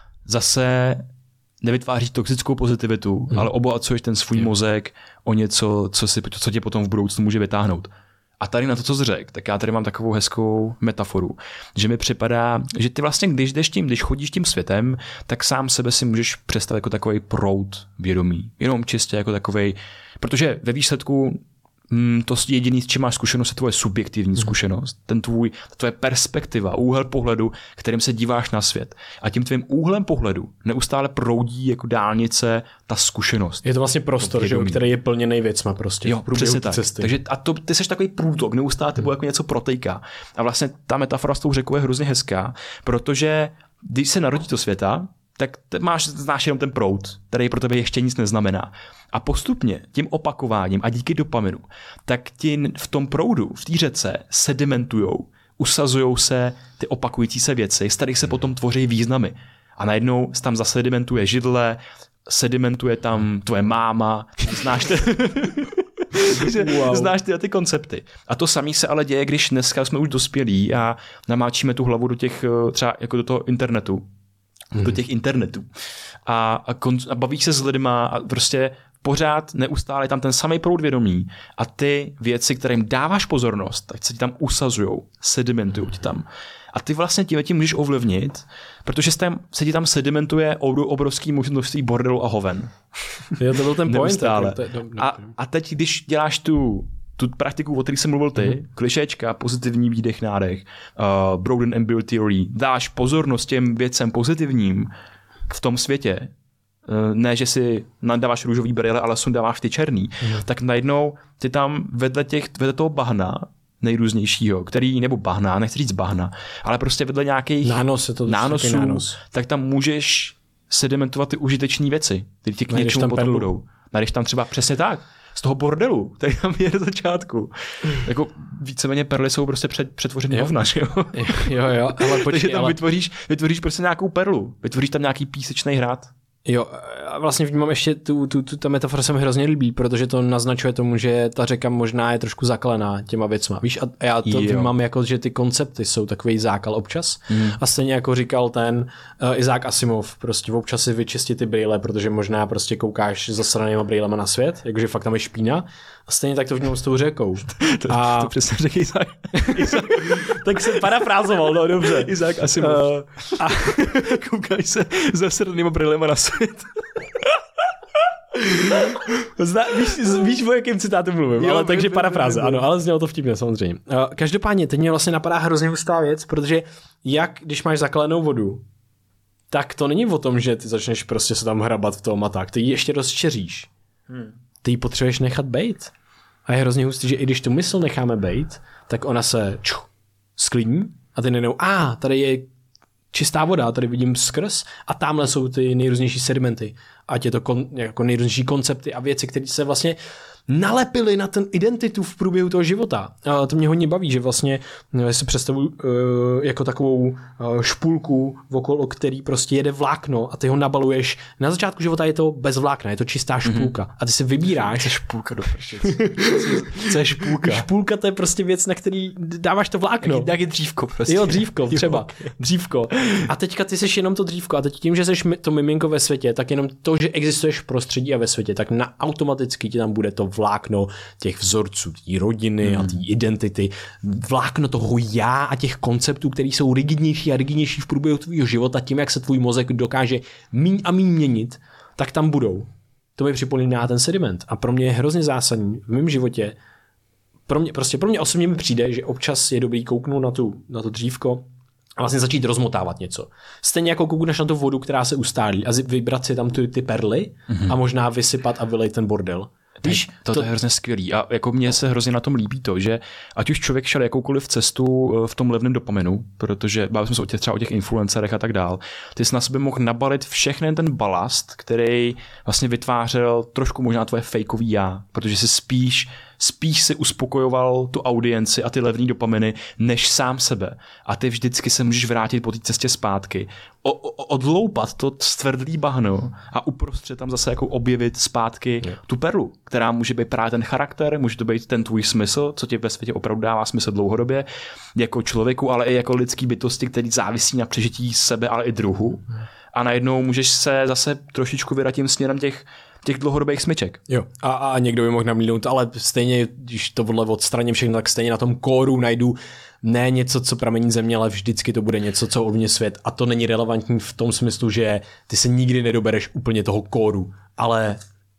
Speaker 2: zase nevytváříš toxickou pozitivitu, ale obohacuješ ten svůj mozek o něco, co tě potom v budoucnu může vytáhnout. A tady na to, co jsi řekl, tak já tady mám takovou hezkou metaforu, že mi připadá, že ty vlastně, když chodíš tím světem, tak sám sebe si můžeš představit jako takový proud vědomí. Jenom čistě jako takovej, protože ve výsledku to jediný, s čím máš zkušenost, je tvoje subjektivní zkušenost. Tvoje perspektiva, úhel pohledu, kterým se díváš na svět. A tím tvým úhlem pohledu neustále proudí jako dálnice ta zkušenost.
Speaker 3: Je to vlastně prostor, že, který je plněný věcma prostě.
Speaker 2: Jo, přesně tak. Takže ty seš takový průtok, neustále tebou jako něco protejká. A vlastně ta metafora s tou řekou je hrozně hezká, protože když se narodí do světa, tak znáš jenom ten proud, který pro tebe ještě nic neznamená. A postupně tím opakováním a díky dopaminu, tak ti v tom proudu, v té řece sedimentujou, usazujou se ty opakující se věci, z kterých se potom tvoří významy. A najednou se tam zasedimentuje židle, sedimentuje tam tvoje máma, znáš ty koncepty. A to samé se ale děje, když dneska jsme už dospělí a namáčíme tu hlavu do těch, třeba jako do toho internetu. Do těch internetů. A bavíš se s lidma a prostě pořád neustále tam ten samý proud vědomí a ty věci, kterým dáváš pozornost, tak se ti tam usazujou, sedimentují ti tam. A ty vlastně tím můžeš ovlivnit, protože se ti tam sedimentuje obrovský množství bordelu a hoven.
Speaker 3: Jo, to byl ten point.
Speaker 2: A teď, když děláš tu praktiku, o které jsem mluvil ty, klišečka, pozitivní výdech, nádech, Broaden and Build Theory, dáš pozornost těm věcem pozitivním v tom světě, ne, že si nadáváš růžový brýle, ale sundáváš ty černý, tak najednou ty tam vedle toho bahna nejrůznějšího, nebo bahna, nechci říct bahna, ale prostě vedle nějakých nánosů, tak tam můžeš sedimentovat ty užiteční věci, které ti k něčemu potom budou. Najdeš tam třeba přesně tak, z toho bordelu, který tam je na začátku. Jako víceméně perly jsou prostě přetvořený hovna, že jo?
Speaker 3: Jo, ale počkej,
Speaker 2: takže tam vytvoříš prostě nějakou perlu, vytvoříš tam nějaký písečný hrad.
Speaker 3: Jo, a vlastně vnímám ještě ta metafora se mi hrozně líbí, protože to naznačuje tomu, že ta řeka možná je trošku zakalená těma věcma. Víš, a já to vnímám jako, že ty koncepty jsou takový zákal občas. A stejně jako říkal ten Isaac Asimov, prostě občas si vyčistit ty brýle, protože možná prostě koukáš zasranýma brýlema na svět, jakože fakt tam je špína. A stejně tak to vnímám s tou řekou.
Speaker 2: To přesně řekl Isaac.
Speaker 3: Tak jsem parafrázoval, no dobře.
Speaker 2: Isaac Asimov. A koukáš se zasranýma brýlema na svět.
Speaker 3: Víš, o jakém citátu mluvím, ale takže parafráze, ano, ale znělo to vtipně samozřejmě. Každopádně, teď mě vlastně napadá hrozně hustá věc, protože když máš zakalenou vodu, tak to není o tom, že ty začneš prostě se tam hrabat v tom a tak, ty ji ještě rozčeříš. Ty ji potřebuješ nechat bejt. A je hrozně hustý, že i když tu mysl necháme bejt, tak ona se sklidní a ty nejenom, tady je čistá voda, tady vidím skrz a tamhle jsou ty nejrůznější sedimenty. Ať je to jako nejrůznější koncepty a věci, které se vlastně nalepily na ten identitu v průběhu toho života. A to mě hodně baví, že vlastně si představuji jako takovou špulku, okolo který prostě jede vlákno a ty ho nabaluješ. Na začátku života je to bez vlákna, je to čistá špulka. A ty si vybíráš.
Speaker 2: Co je špulka do prčic?
Speaker 3: Co je špulka? Špulka to je prostě věc, na který dáváš to vlákno.
Speaker 2: Nějaký dřívko prostě.
Speaker 3: Jo, dřívko, třeba. Dřívko. A teďka ty seš jenom to dřívko. A teď tím, že seš to miminko ve světě, tak jenom to, že existuješ v prostředí a ve světě, tak automaticky ti tam bude to vlákno těch vzorců, té rodiny a té identity, vlákno toho já a těch konceptů, které jsou rigidnější a rigidnější v průběhu tvýho života, tím, jak se tvůj mozek dokáže míň a míň měnit, tak tam budou. To mi připomíná ten sediment. A pro mě je hrozně zásadní v mém životě, pro mě osobně mi přijde, že občas je dobrý kouknout na to dřívko a vlastně začít rozmotávat něco. Stejně jako koukneš na tu vodu, která se ustálí a vybrat si tam ty perly a možná vysypat a vylejt ten bordel.
Speaker 2: Víš, to je hrozně skvělý a jako mně se hrozně na tom líbí to, že ať už člověk šel jakoukoliv cestu v tom levném dopaminu, protože bavili jsme se třeba o těch influencerech a tak dál, ty jsi na sebe mohl nabalit všechny ten balast, který vlastně vytvářel trošku možná tvoje fejkový já, protože si spíš si uspokojoval tu audienci a ty levný dopaminy, než sám sebe. A ty vždycky se můžeš vrátit po té cestě zpátky, odloupat to stvrdlý bahno a uprostřed tam zase jako objevit zpátky tu perlu, která může být právě ten charakter, může to být ten tvůj smysl, co ti ve světě opravdu dává smysl dlouhodobě, jako člověku, ale i jako lidský bytosti, který závisí na přežití sebe, ale i druhu. A najednou můžeš se zase trošičku vydat tím směrem těch dlouhodobých smyček.
Speaker 3: Jo. A někdo by mohl namlínout, ale stejně, když to odstraním všechno, tak stejně na tom kóru najdu ne něco, co pramení země, ale vždycky to bude něco, co ovlivní svět. A to není relevantní v tom smyslu, že ty se nikdy nedobereš úplně toho kóru, ale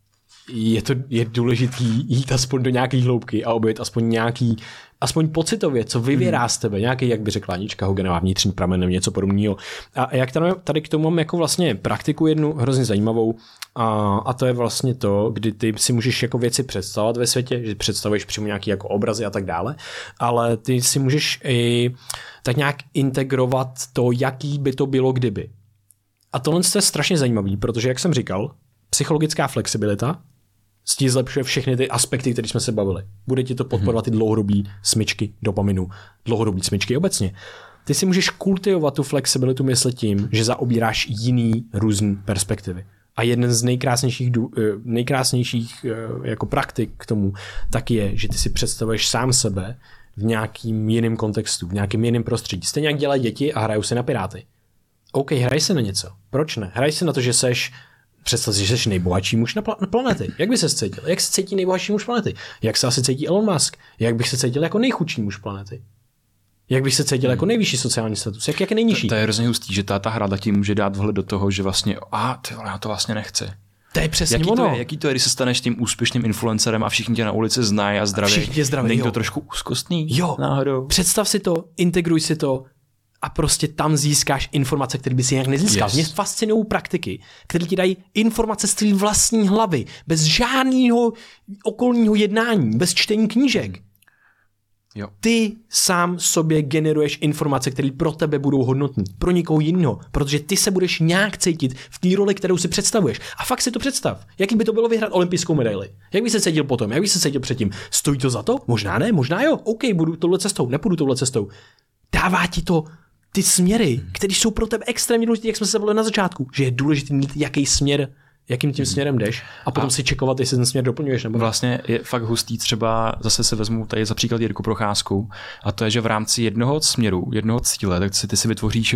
Speaker 3: je důležitý jít aspoň do nějaké hloubky a objevit aspoň pocitově, co vyvěrá z tebe, nějaký, jak by řekla Anička Hogenová, vnitřní pramen nebo něco podobného. A jak tady k tomu mám jako vlastně praktiku jednu hrozně zajímavou, a to je vlastně to, kdy ty si můžeš jako věci představovat ve světě, že představuješ přímo nějaký jako obrazy a tak dále, ale ty si můžeš i tak nějak integrovat to, jaký by to bylo kdyby. A tohle je strašně zajímavý, protože jak jsem říkal, psychologická flexibilita ti zlepšuje všechny ty aspekty, které jsme se bavili. Bude ti to podporovat ty dlouhodobý smyčky dopaminu, dlouhodobý smyčky obecně. Ty si můžeš kultivovat tu flexibilitu mysli tím, že zaobíráš jiný různý perspektivy. A jeden z nejkrásnějších jako praktik k tomu tak je, že ty si představuješ sám sebe v nějakým jiném kontextu, v nějakém jiném prostředí. Stejně jak dělají děti a hrajou se na Piráty. OK, hraj se na něco. Proč ne? Hraj se na to, že představ si, že jsi nejbohatší muž na planety. Jak by se cítil? Jak se cítí nejbohatší muž planety? Jak se asi cítí Elon Musk? Jak bych se cítil jako nejchudší muž planety? Jak bych se cítil jako nejvyšší sociální status? Jak je nejnižší?
Speaker 2: To je hrozně hustý, že ta hra ti může dát vhled do toho, že vlastně já to vlastně nechci.
Speaker 3: To je přesně ono.
Speaker 2: Jaký to je, když se staneš tím úspěšným influencerem a všichni tě na ulici znají a zdraví? Není to trošku úzkostný?
Speaker 3: Jo. Náhodou. Představ si to, integruj si to a prostě tam získáš informace, které by si jinak nezískal. Mě fascinují praktiky, které ti dají informace z tvé vlastní hlavy, bez žádného okolního jednání, bez čtení knížek.
Speaker 2: Jo.
Speaker 3: Ty sám sobě generuješ informace, které pro tebe budou hodnotné, pro někoho jiného, protože ty se budeš nějak cítit v té roli, kterou si představuješ. A fakt si to představ. Jaký by to bylo vyhrát olympijskou medaili? Jak by se cítil potom? Jak by se cítil předtím? Stojí to za to? Možná ne, možná jo. OK, budu touhle cestou, nepůjdu touhle cestou. Dává ti to ty směry, které jsou pro tebe extrémně důležité, jak jsme se bavili na začátku, že je důležité mít jakým tím směrem jdeš a potom si čekovat, jestli ten směr doplňuješ. Nebo
Speaker 2: vlastně je fakt hustý, třeba zase se vezmu tady za příklad Jirku Procházku, a to je, že v rámci jednoho směru, jednoho cíle, tak ty si vytvoříš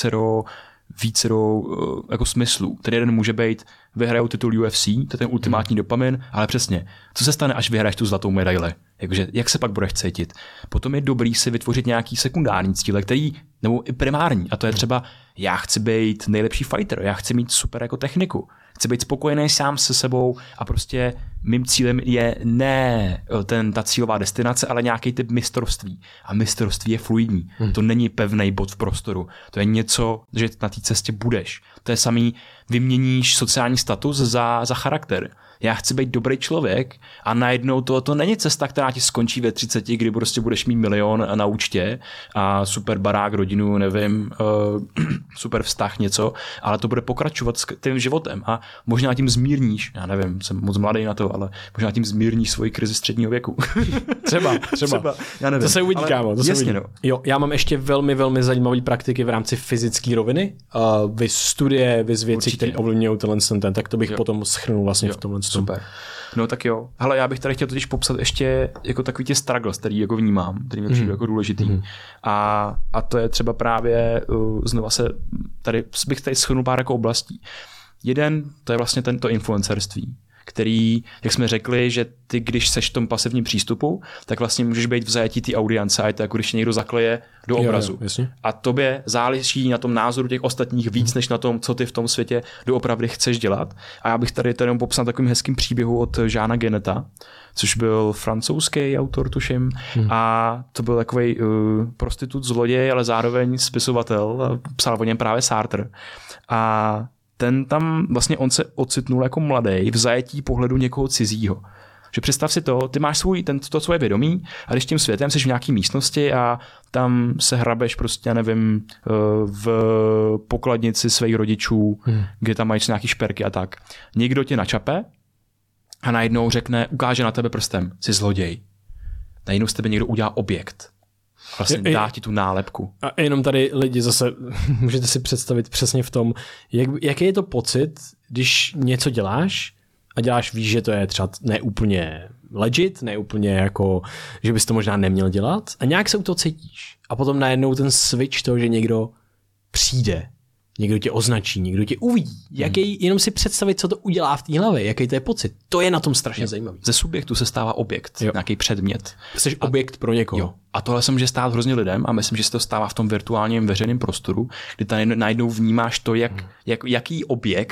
Speaker 2: vícero jako smyslů. Ten jeden může být, vyhrajou titul UFC, to je ten ultimátní dopamin, ale přesně, co se stane, až vyhraješ tu zlatou medaili? Jakože, jak se pak budeš cítit? Potom je dobrý si vytvořit nějaký sekundární cíle, nebo i primární, a to je třeba, já chci být nejlepší fighter, já chci mít super jako techniku, chci být spokojený sám se sebou a prostě mým cílem je ne ta cílová destinace, ale nějaký typ mistrovství. A mistrovství je fluidní. To není pevný bod v prostoru. To je něco, že na té cestě budeš. To je samý, vyměníš sociální status za charakter. Já chci být dobrý člověk a najednou to není cesta, která ti skončí ve 30, kdy prostě budeš mít 1 milion na účtě a super barák, rodinu, nevím, super vztah, něco, ale to bude pokračovat s tím životem a možná tím zmírníš, já nevím, jsem moc mladý na to, ale možná tím zmírníš svoji krizi středního věku.
Speaker 3: Třeba.
Speaker 2: Já nevím.
Speaker 3: To se uvidí, kámo.
Speaker 2: Jasně, no.
Speaker 3: Jo, já mám ještě velmi, velmi zajímavé praktiky v rámci fyzické roviny. Vy studie, vy z věcí, které ovlivňují ten, tak to bych potom shrnul vlastně v tomhle.
Speaker 2: Super. No tak jo. Hele, já bych tady chtěl totiž popsat ještě jako takový ty struggles, který jako vnímám, který mi přijde jako důležitý. A to je třeba právě znova bych tady shrnul pár jako oblastí. Jeden, to je vlastně tento influencerství, který, jak jsme řekli, že ty, když seš v tom pasivním přístupu, tak vlastně můžeš být v zajetí té audience a je to jako když někdo zakleje do obrazu.
Speaker 3: Jo,
Speaker 2: a tobě záleží na tom názoru těch ostatních víc, než na tom, co ty v tom světě doopravdy chceš dělat. A já bych tady jenom popsal takovým hezkým příběhu od Jeana Geneta, což byl francouzský autor, tuším. A to byl takový prostitut, zloděj, ale zároveň spisovatel. Psal o něm právě Sartre. A ten tam vlastně on se ocitnul jako mladý v zajetí pohledu někoho cizího. Že představ si to, ty máš to svoje vědomí a když tím světem jsi v nějaký místnosti a tam se hrabeš prostě, já nevím, v pokladnici svých rodičů, kde tam mají nějaký šperky a tak. Někdo tě načape a najednou ukáže na tebe prstem, jsi zloděj. Najednou z tebe někdo udělá objekt. Vlastně dá ti tu nálepku. A
Speaker 3: jenom tady lidi zase můžete si představit přesně v tom, jaký je to pocit, když něco děláš a víš, že to je třeba neúplně legit, neúplně jako, že bys to možná neměl dělat a nějak se u toho cítíš. A potom najednou ten switch toho, že někdo přijde, někdo tě označí, někdo tě uvidí. Jenom si představit, co to udělá v té hlavě, jaký to je pocit. To je na tom strašně zajímavý.
Speaker 2: Ze subjektu se stává objekt, nějaký předmět.
Speaker 3: Jsi objekt pro někoho. Jo.
Speaker 2: A tohle se může stát hrozně lidem a myslím, že se to stává v tom virtuálním veřejném prostoru, kdy tady najednou vnímáš to, jaký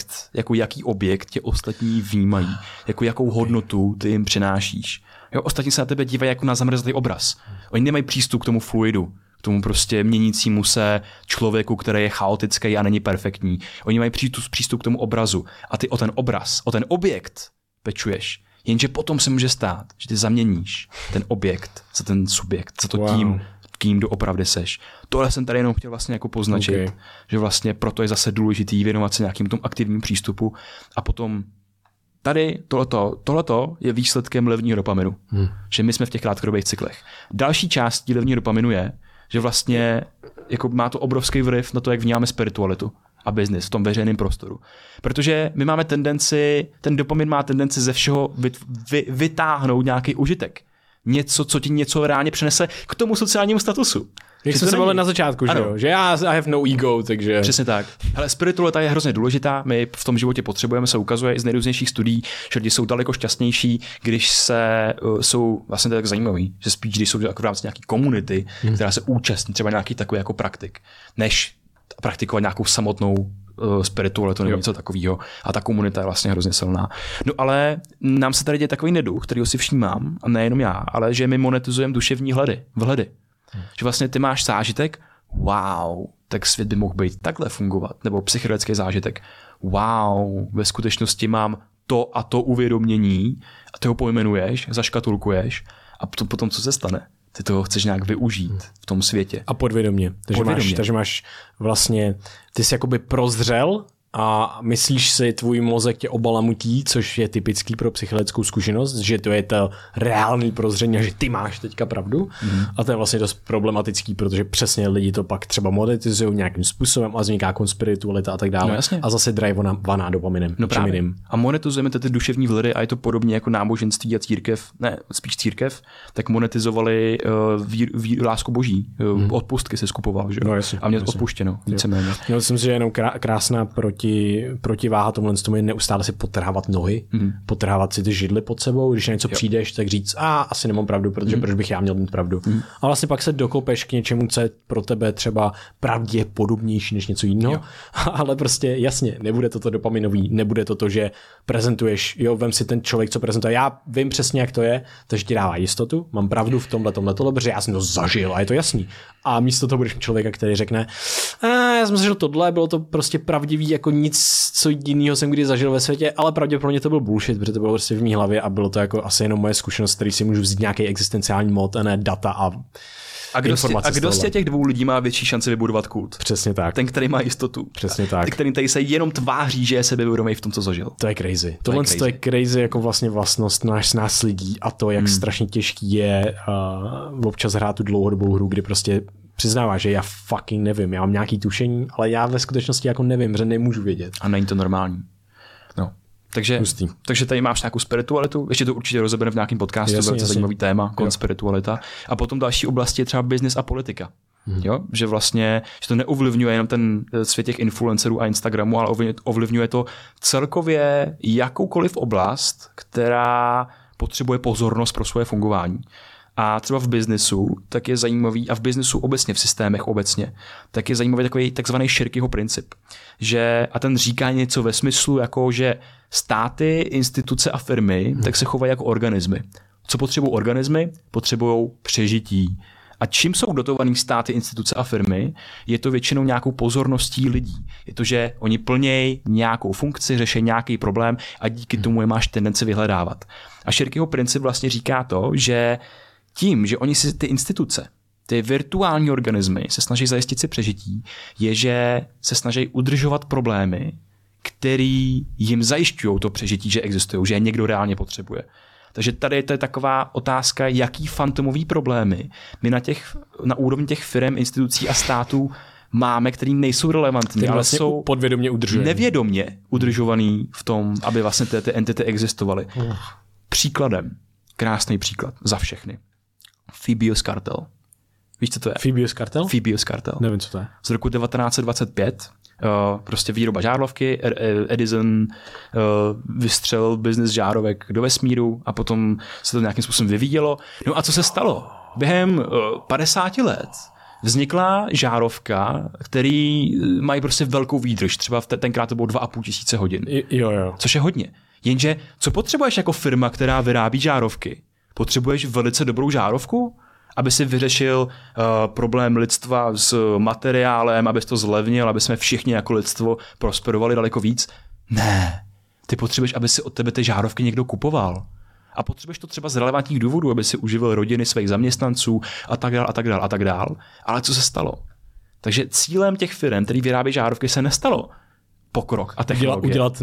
Speaker 2: objekt tě ostatní vnímají, jakou hodnotu ty jim přinášíš. Jo, ostatní se na tebe dívají jako na zamrzlý obraz. Oni nemají přístup k tomu fluidu, k tomu prostě měnícímu se člověku, který je chaotický a není perfektní. Oni mají přístup k tomu obrazu a ty o ten obraz, o ten objekt pečuješ. Jenže potom se může stát, že ty zaměníš ten objekt za ten subjekt, za to tím, kým doopravdy seš. Tohle jsem tady jenom chtěl vlastně jako poznačit, že vlastně proto je zase důležitý věnovat se nějakým tomu aktivním přístupu a potom tady tohleto je výsledkem levního dopaminu, že my jsme v těch krátkodobých cyklech. Další částí levního dopaminu je, že vlastně jako má to obrovský vliv na to, jak vnímáme spiritualitu a business v tom veřejném prostoru. Protože my máme tendenci, ten dopamin má tendenci ze všeho vytáhnout nějaký užitek. Něco, co ti něco reálně přinese k tomu sociálnímu statusu.
Speaker 3: Jak jsme se bavili na začátku, že já I have no ego, takže...
Speaker 2: Přesně tak. Hele, spiritualita je hrozně důležitá, my v tom životě potřebujeme, se ukazuje i z nejrůznějších studií, že lidi jsou daleko šťastnější, když jsou vlastně tak zajímaví, že spíš, když jsou jako v rámci nějaký komunity, která se účastní třeba nějaký takový jako praktik, než praktikovat nějakou samotnou spiritualitu nebo něco takového. A ta komunita je vlastně hrozně silná. No ale nám se tady děje takový neduch, kterýho si všímám, a nejenom já, ale že my monetizujeme duševní vhledy. Že vlastně ty máš zážitek, wow, tak svět by mohl být takhle fungovat, nebo psychedelický zážitek, wow, ve skutečnosti mám to a to uvědomění a ty ho pojmenuješ, zaškatulkuješ a potom co se stane? Ty toho chceš nějak využít v tom světě.
Speaker 3: A podvědomě. Takže máš vlastně, ty jsi jakoby prozřel a myslíš si, tvůj mozek tě obalamutí, což je typický pro psychedelickou zkušenost, že to je to reálný prozření, že ty máš teďka pravdu. A to je vlastně dost problematický, protože přesně lidi to pak třeba monetizují nějakým způsobem a vzniká konspiritualita a tak dále.
Speaker 2: No,
Speaker 3: a zase drivovaná dopaminem.
Speaker 2: No právě. A monetizujeme ty duševní vledy a je to podobně jako náboženství a spíš církev, tak monetizovali lásku boží. Odpustky se skupoval, že?
Speaker 3: No, jasně,
Speaker 2: a mě odpuštěno, víceméně.
Speaker 3: No, myslím si, že jenom krásná protiváha tomhle tomu je neustále si potrhávat nohy, potrhávat si ty židly pod sebou, když na něco přijdeš, tak říct, asi nemám pravdu, protože proč bych já měl mít pravdu. A vlastně pak se dokopeš k něčemu, co je pro tebe třeba pravděpodobnější než něco jiného, ale prostě jasně, nebude to dopaminový, nebude to, že prezentuješ, vem si ten člověk, co prezentuje, já vím přesně, jak to je, takže ti dává jistotu, mám pravdu v tomhle, protože já jsem to zažil a je to jasný. A místo toho budeš člověka, který řekne, já jsem zažil tohle, bylo to prostě pravdivý jako nic, co jiného jsem kdy zažil ve světě, ale pravděpodobně to byl bullshit, protože to bylo prostě v mý hlavě a bylo to jako asi jenom moje zkušenost, který si můžu vzít nějaký existenciální mod, a ne data a
Speaker 2: kdo z těch dvou lidí má větší šanci vybudovat kult?
Speaker 3: Přesně tak.
Speaker 2: Ten, který má jistotu.
Speaker 3: Přesně tak.
Speaker 2: Ten, který tady se jenom tváří, že je sebevědomý v tom, co zažil.
Speaker 3: To je crazy. Tohle je crazy jako vlastně vlastnost nás lidí a to, jak strašně těžký je občas hrát tu dlouhodobou hru, kdy prostě přiznává, že já fucking nevím, já mám nějaký tušení, ale já ve skutečnosti jako nevím, že nemůžu vědět.
Speaker 2: A není to normální. No. Takže tady máš nějakou spiritualitu, ještě to určitě rozebereme v nějakém podcastu, velice zajímavý téma, konspiritualita. A potom další oblasti je třeba business a politika. Jo? Že vlastně, že to neovlivňuje jenom ten svět těch influencerů a Instagramu, ale ovlivňuje to celkově jakoukoliv oblast, která potřebuje pozornost pro svoje fungování. A třeba v biznesu, tak je zajímavý, a v biznesu obecně, v systémech obecně, tak je zajímavý takový takzvaný Širkyho princip. A ten říká něco ve smyslu, jako že státy, instituce a firmy tak se chovají jako organismy. Co potřebují organismy? Potřebují přežití. A čím jsou dotovaný státy, instituce a firmy, je to většinou nějakou pozorností lidí. Je to, že oni plnějí nějakou funkci, řeší nějaký problém a díky tomu je máš tendenci vyhledávat. A Širkyho princip vlastně říká to, že tím, že oni si ty instituce, ty virtuální organismy se snaží zajistit si přežití, je, že se snaží udržovat problémy, který jim zajišťují to přežití, že existují, že je někdo reálně potřebuje. Takže tady to je taková otázka, jaký fantomový problémy my na úrovni těch firm, institucí a států máme, který nejsou relevantní, ale vlastně jsou
Speaker 3: podvědomě
Speaker 2: nevědomě udržovaný v tom, aby vlastně ty entity existovaly. Příkladem, krásný příklad za všechny. Phoebe's Cartel. Víš, co to je? Phoebe's Cartel.
Speaker 3: Nevím, co to je.
Speaker 2: Z roku 1925. Prostě výroba žárovky, Edison vystřelil biznis žárovek do vesmíru a potom se to nějakým způsobem vyvíjelo. No a co se stalo? Během 50 let vznikla žárovka, který mají prostě velkou výdrž. Třeba tenkrát to bylo 2500 hodin.
Speaker 3: Jo.
Speaker 2: Což je hodně. Jenže co potřebuješ jako firma, která vyrábí žárovky? Potřebuješ velice dobrou žárovku, aby si vyřešil problém lidstva s materiálem, abys to zlevnil, aby jsme všichni jako lidstvo prosperovali daleko víc? Ne. Ty potřebuješ, aby si od tebe ty žárovky někdo kupoval. A potřebuješ to třeba z relevantních důvodů, aby si uživil rodiny svých zaměstnanců a tak dál. Ale co se stalo? Takže cílem těch firm, který vyrábí žárovky, se nestalo pokrok a technologie.
Speaker 3: Udělat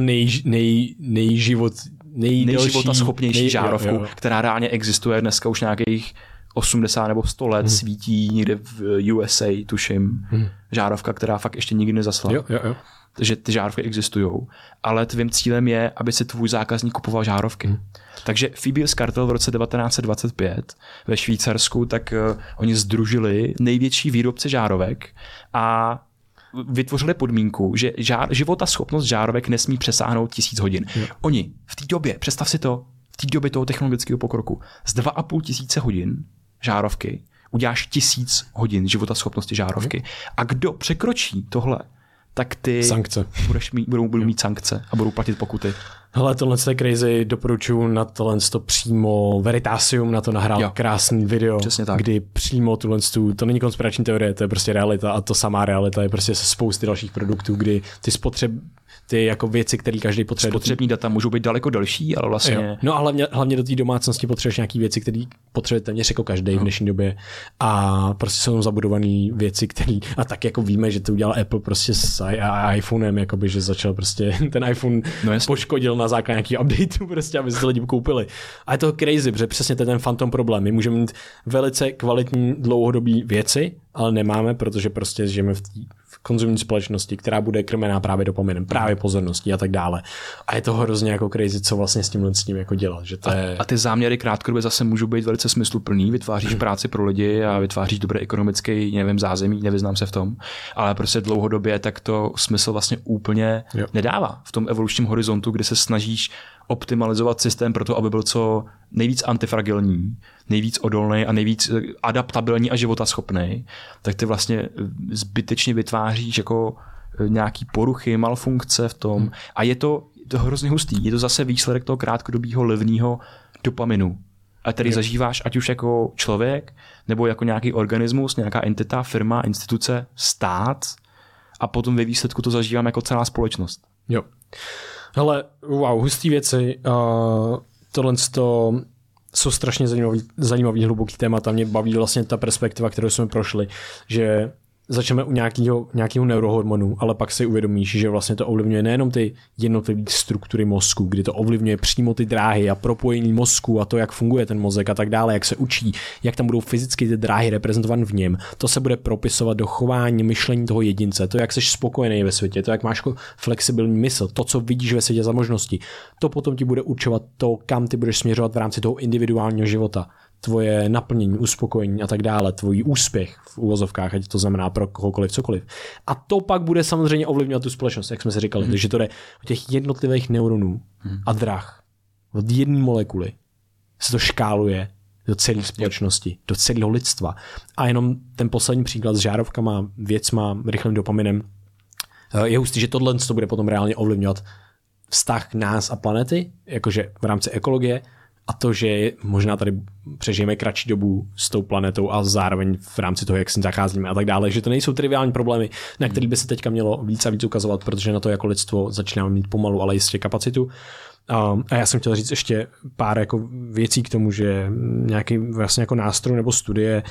Speaker 2: nejživotaschopnější žárovku, která reálně existuje dneska už nějakých 80 nebo 100 let, svítí někde v USA, tuším. Žárovka, která fakt ještě nikdy nezasla.
Speaker 3: Jo.
Speaker 2: Takže ty žárovky existujou. Ale tvým cílem je, aby si tvůj zákazník kupoval žárovky. Takže Phoebe's Cartel v roce 1925 ve Švýcarsku, tak oni sdružili největší výrobce žárovek a vytvořili podmínku, že životaschopnost žárovek nesmí přesáhnout 1000 hodin. Oni v té době, představ si to, v té době toho technologického pokroku, z 2500 hodin žárovky uděláš 1000 hodin životaschopnosti žárovky. A kdo překročí tohle, tak ty
Speaker 3: sankce.
Speaker 2: budou mít sankce a budou platit pokuty.
Speaker 3: Hele, tohle je crazy, doporučuji na tohle přímo Veritasium na to nahrál krásný video, kdy přímo to není konspirační teorie, to je prostě realita a to samá realita je prostě spousty dalších produktů, kdy ty jako věci, které každý potřebuje.
Speaker 2: Spotřební data můžou být daleko delší, ale vlastně...
Speaker 3: Jo. No a hlavně do té domácnosti potřebuješ nějaké věci, které potřebuje téměř jako každý v dnešní době a prostě jsou zabudované věci, které a tak jako víme, že to udělal Apple prostě s iPhonem, jakoby, že začal prostě ten iPhone poškodil na základě nějakých updateů prostě, aby si to lidi koupili. A je to crazy, protože přesně to je ten phantom problém. My můžeme mít velice kvalitní dlouhodobé věci, ale nemáme, protože prostě žijeme v konzumní společnosti, která bude krmená právě dopaminem, právě pozorností a tak dále. A je to hrozně jako crazy, co vlastně s tím jako dělat. Že to je...
Speaker 2: a ty záměry krátkodobě zase můžou být velice smysluplný, vytváříš práci pro lidi a vytváříš dobré ekonomické, nevím, zázemí, nevyznám se v tom, ale prostě dlouhodobě tak to smysl vlastně úplně nedává v tom evolučním horizontu, kde se snažíš optimalizovat systém pro to, aby byl co nejvíc antifragilní, nejvíc odolný a nejvíc adaptabilní a životaschopný, tak ty vlastně zbytečně vytváříš jako nějaký poruchy, malfunkce v tom a je to hrozně hustý. Je to zase výsledek toho krátkodobého levného dopaminu. A který zažíváš ať už jako člověk, nebo jako nějaký organismus, nějaká entita, firma, instituce, stát a potom ve výsledku to zažívám jako celá společnost.
Speaker 3: Jo. Hele, wow, hustý věci. Tohle jsou strašně zajímavý hluboký témata. Mě baví vlastně ta perspektiva, kterou jsme prošli, že začneme u nějakého neurohormonu, ale pak si uvědomíš, že vlastně to ovlivňuje nejenom ty jednotlivé struktury mozku, kdy to ovlivňuje přímo ty dráhy a propojení mozku a to, jak funguje ten mozek a tak dále, jak se učí, jak tam budou fyzicky ty dráhy reprezentované v něm. To se bude propisovat do chování, myšlení toho jedince, to, jak jsi spokojený ve světě, to, jak máš flexibilní mysl, to, co vidíš ve světě za možnosti. To potom ti bude určovat to, kam ty budeš směřovat v rámci toho individuálního života. Tvoje naplnění, uspokojení a tak dále, tvůj úspěch v uvozovkách, ať to znamená pro kohokoliv, cokoliv. A to pak bude samozřejmě ovlivňovat tu společnost, jak jsme si říkali. Takže to jde o těch jednotlivých neuronů a drah. Od jedné molekuly se to škáluje do celé společnosti, do celého lidstva. A jenom ten poslední příklad s žárovkama, věcma, rychlým dopaminem, je hustý, že tohle to bude potom reálně ovlivňovat vztah nás a planety, jakože v rámci ekologie, a to, že možná tady přežijeme kratší dobu s tou planetou a zároveň v rámci toho, jak s ní zacházíme a tak dále, že to nejsou triviální problémy, na který by se teďka mělo víc a víc ukazovat, protože na to jako lidstvo začínáme mít pomalu, ale jistě kapacitu. A já jsem chtěl říct ještě pár jako věcí k tomu, že nějaký vlastně jako nástroj nebo studie,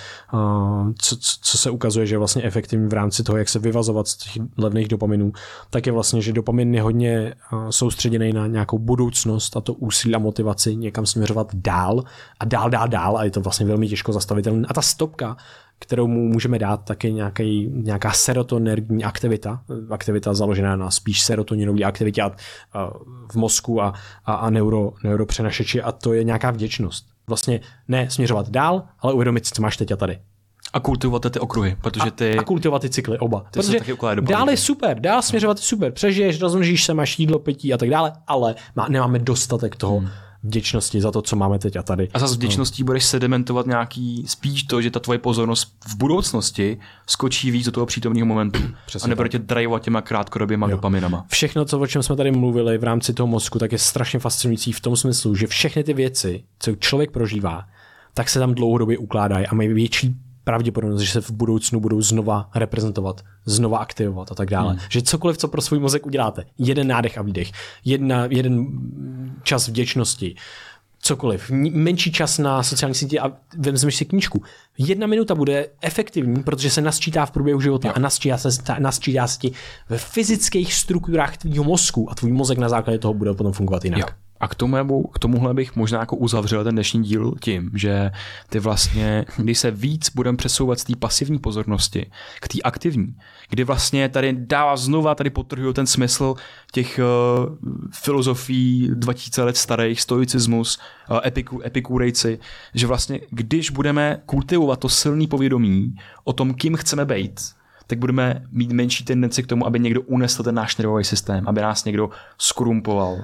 Speaker 3: co se ukazuje, že je vlastně efektivní v rámci toho, jak se vyvazovat z těch levných dopaminů, tak je vlastně, že dopamin je hodně soustředěný na nějakou budoucnost a to úsilí a motivaci někam směřovat dál a dál a je to vlastně velmi těžko zastavitelné. A ta stopka, kterou mu můžeme dát, tak je nějaká serotonergní aktivita založená na spíš serotoninové aktivitě v mozku a neuropřenašeči a to je nějaká vděčnost. Vlastně ne směřovat dál, ale uvědomit si, co máš teď a tady.
Speaker 2: A kultivovat ty okruhy, protože
Speaker 3: a kultivovat ty cykly, oba.
Speaker 2: Protože
Speaker 3: dál je super, dál směřovat je super, přežiješ, rozmnožíš se, máš jídlo, pití a tak dále, ale nemáme dostatek toho vděčnosti za to, co máme teď a tady.
Speaker 2: A za vděčností budeš sedimentovat nějaký spíš to, že ta tvoje pozornost v budoucnosti skočí víc do toho přítomného momentu. Přesně a nebude tě drajovat těma krátkodoběma dopaminama.
Speaker 3: Všechno, o čem jsme tady mluvili v rámci toho mozku, tak je strašně fascinující v tom smyslu, že všechny ty věci, co člověk prožívá, tak se tam dlouhodobě ukládají a mají větší pravděpodobnost, že se v budoucnu budou znova reprezentovat, znova aktivovat a tak dále. Že cokoliv, co pro svůj mozek uděláte, jeden nádech a výdech, jeden čas vděčnosti, cokoliv, menší čas na sociální sítě a vezmeš si knížku. 1 minuta bude efektivní, protože se nasčítá v průběhu života a nasčítá se ti ve fyzických strukturách tvýho mozku a tvůj mozek na základě toho bude potom fungovat jinak.
Speaker 2: Jo. A k tomuhle bych možná jako uzavřel ten dnešní díl tím, že ty vlastně, když se víc budeme přesouvat z té pasivní pozornosti k té aktivní, kdy vlastně tady tady podtrhuju ten smysl těch filozofií 2000 let starých, stoicismus, epikurejci, že vlastně když budeme kultivovat to silné povědomí o tom, kým chceme být, tak budeme mít menší tendenci k tomu, aby někdo unesl ten náš nervový systém, aby nás někdo skorumpoval,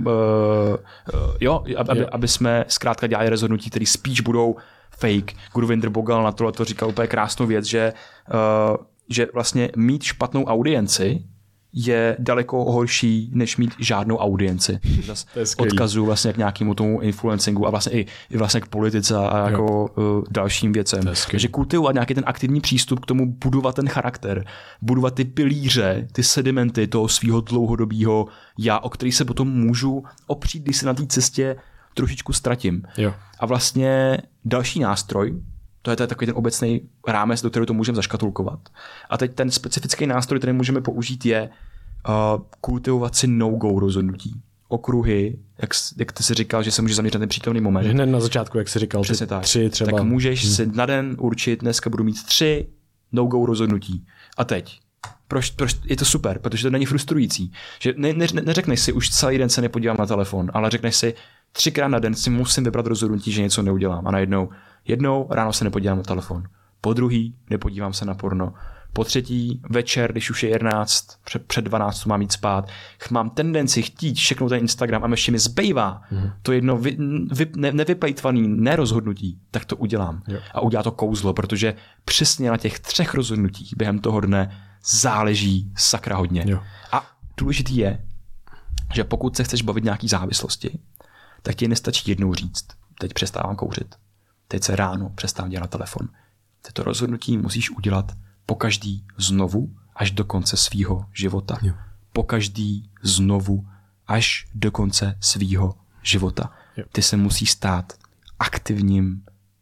Speaker 2: aby jsme zkrátka dělali rozhodnutí, které spíš budou fake. Gurvinder Bogal na tohle to říkal úplně krásnou věc, že vlastně mít špatnou audienci je daleko horší, než mít žádnou audienci. Odkazuju vlastně k nějakému tomu influencingu a vlastně i vlastně k politice a jako dalším věcem. Takže kultivovat nějaký ten aktivní přístup k tomu, budovat ten charakter, budovat ty pilíře, ty sedimenty toho svého dlouhodobého já, o který se potom můžu opřít, když se na té cestě trošičku ztratím.
Speaker 3: Jo.
Speaker 2: A vlastně další nástroj, to je takový ten obecný rámec, do kterého to můžeme zaškatulkovat. A teď ten specifický nástroj, který můžeme použít, je kultivovat si no-go rozhodnutí. Okruhy, jak ty jsi říkal, že se může zaměřit na ten přítomný moment.
Speaker 3: Hned na začátku, jak jsi říkal,
Speaker 2: přesně tak.
Speaker 3: 3 třeba.
Speaker 2: Tak můžeš si na den určit, dneska budu mít 3 no-go rozhodnutí. A teď. Proč je to super, protože to není frustrující. Že neřekneš si, už celý den se nepodívám na telefon, ale řekneš si, 3krát na den si musím vybrat rozhodnutí, že něco neudělám. A najednou jednou ráno se nepodívám na telefon. Po druhý nepodívám se na porno. Po třetí večer, když už je 11, před 12 mám jít spát, mám tendenci chtít všechno ten Instagram a ještě mi zbývá to jedno nevyplejtvaný nerozhodnutí, tak to udělám. Jo. A udělá to kouzlo, protože přesně na těch 3 rozhodnutích během toho dne záleží sakra hodně. Jo. A důležitý je, že pokud se chceš bavit nějaký závislosti, tak ti nestačí jednou říct, teď přestávám kouřit, teď se ráno přestávám dělat telefon. Tyto rozhodnutí musíš udělat pokaždý znovu až do konce svýho života. Jo. Pokaždý znovu až do konce svýho života. Jo. Ty se musíš stát aktivním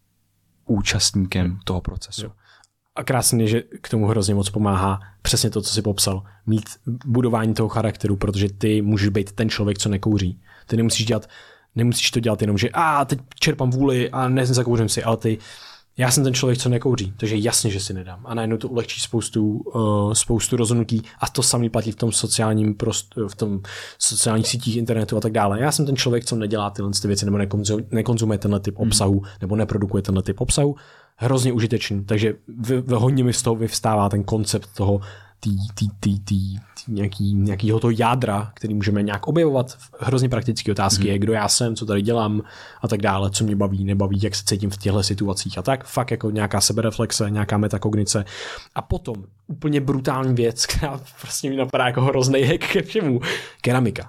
Speaker 2: účastníkem toho procesu. Jo.
Speaker 3: A krásně, že k tomu hrozně moc pomáhá přesně to, co jsi popsal. Mít budování toho charakteru, protože ty můžeš být ten člověk, co nekouří. Ty nemusíš to dělat jenom, že teď čerpám vůli a nezakouřím si, ale já jsem ten člověk, co nekouří, takže jasně, že si nedám. A najednou to ulehčí spoustu rozhodnutí a to samý platí v tom sociálních sítích, internetu a tak dále. Já jsem ten člověk, co nedělá tyhle věci nebo nekonzumuje tenhle typ obsahu nebo neprodukuje tenhle typ obsahu. Hrozně užitečný, takže hodně mi z toho vyvstává ten koncept toho nějakýho toho jádra, který můžeme nějak objevovat. Hrozně praktické otázky je, kdo já jsem, co tady dělám a tak dále, co mě baví, nebaví, jak se cítím v těchto situacích a tak. Fakt jako nějaká sebereflexe, nějaká metakognice. A potom úplně brutální věc, která prostě mi napadá jako hrozný hack ke všemu. Keramika.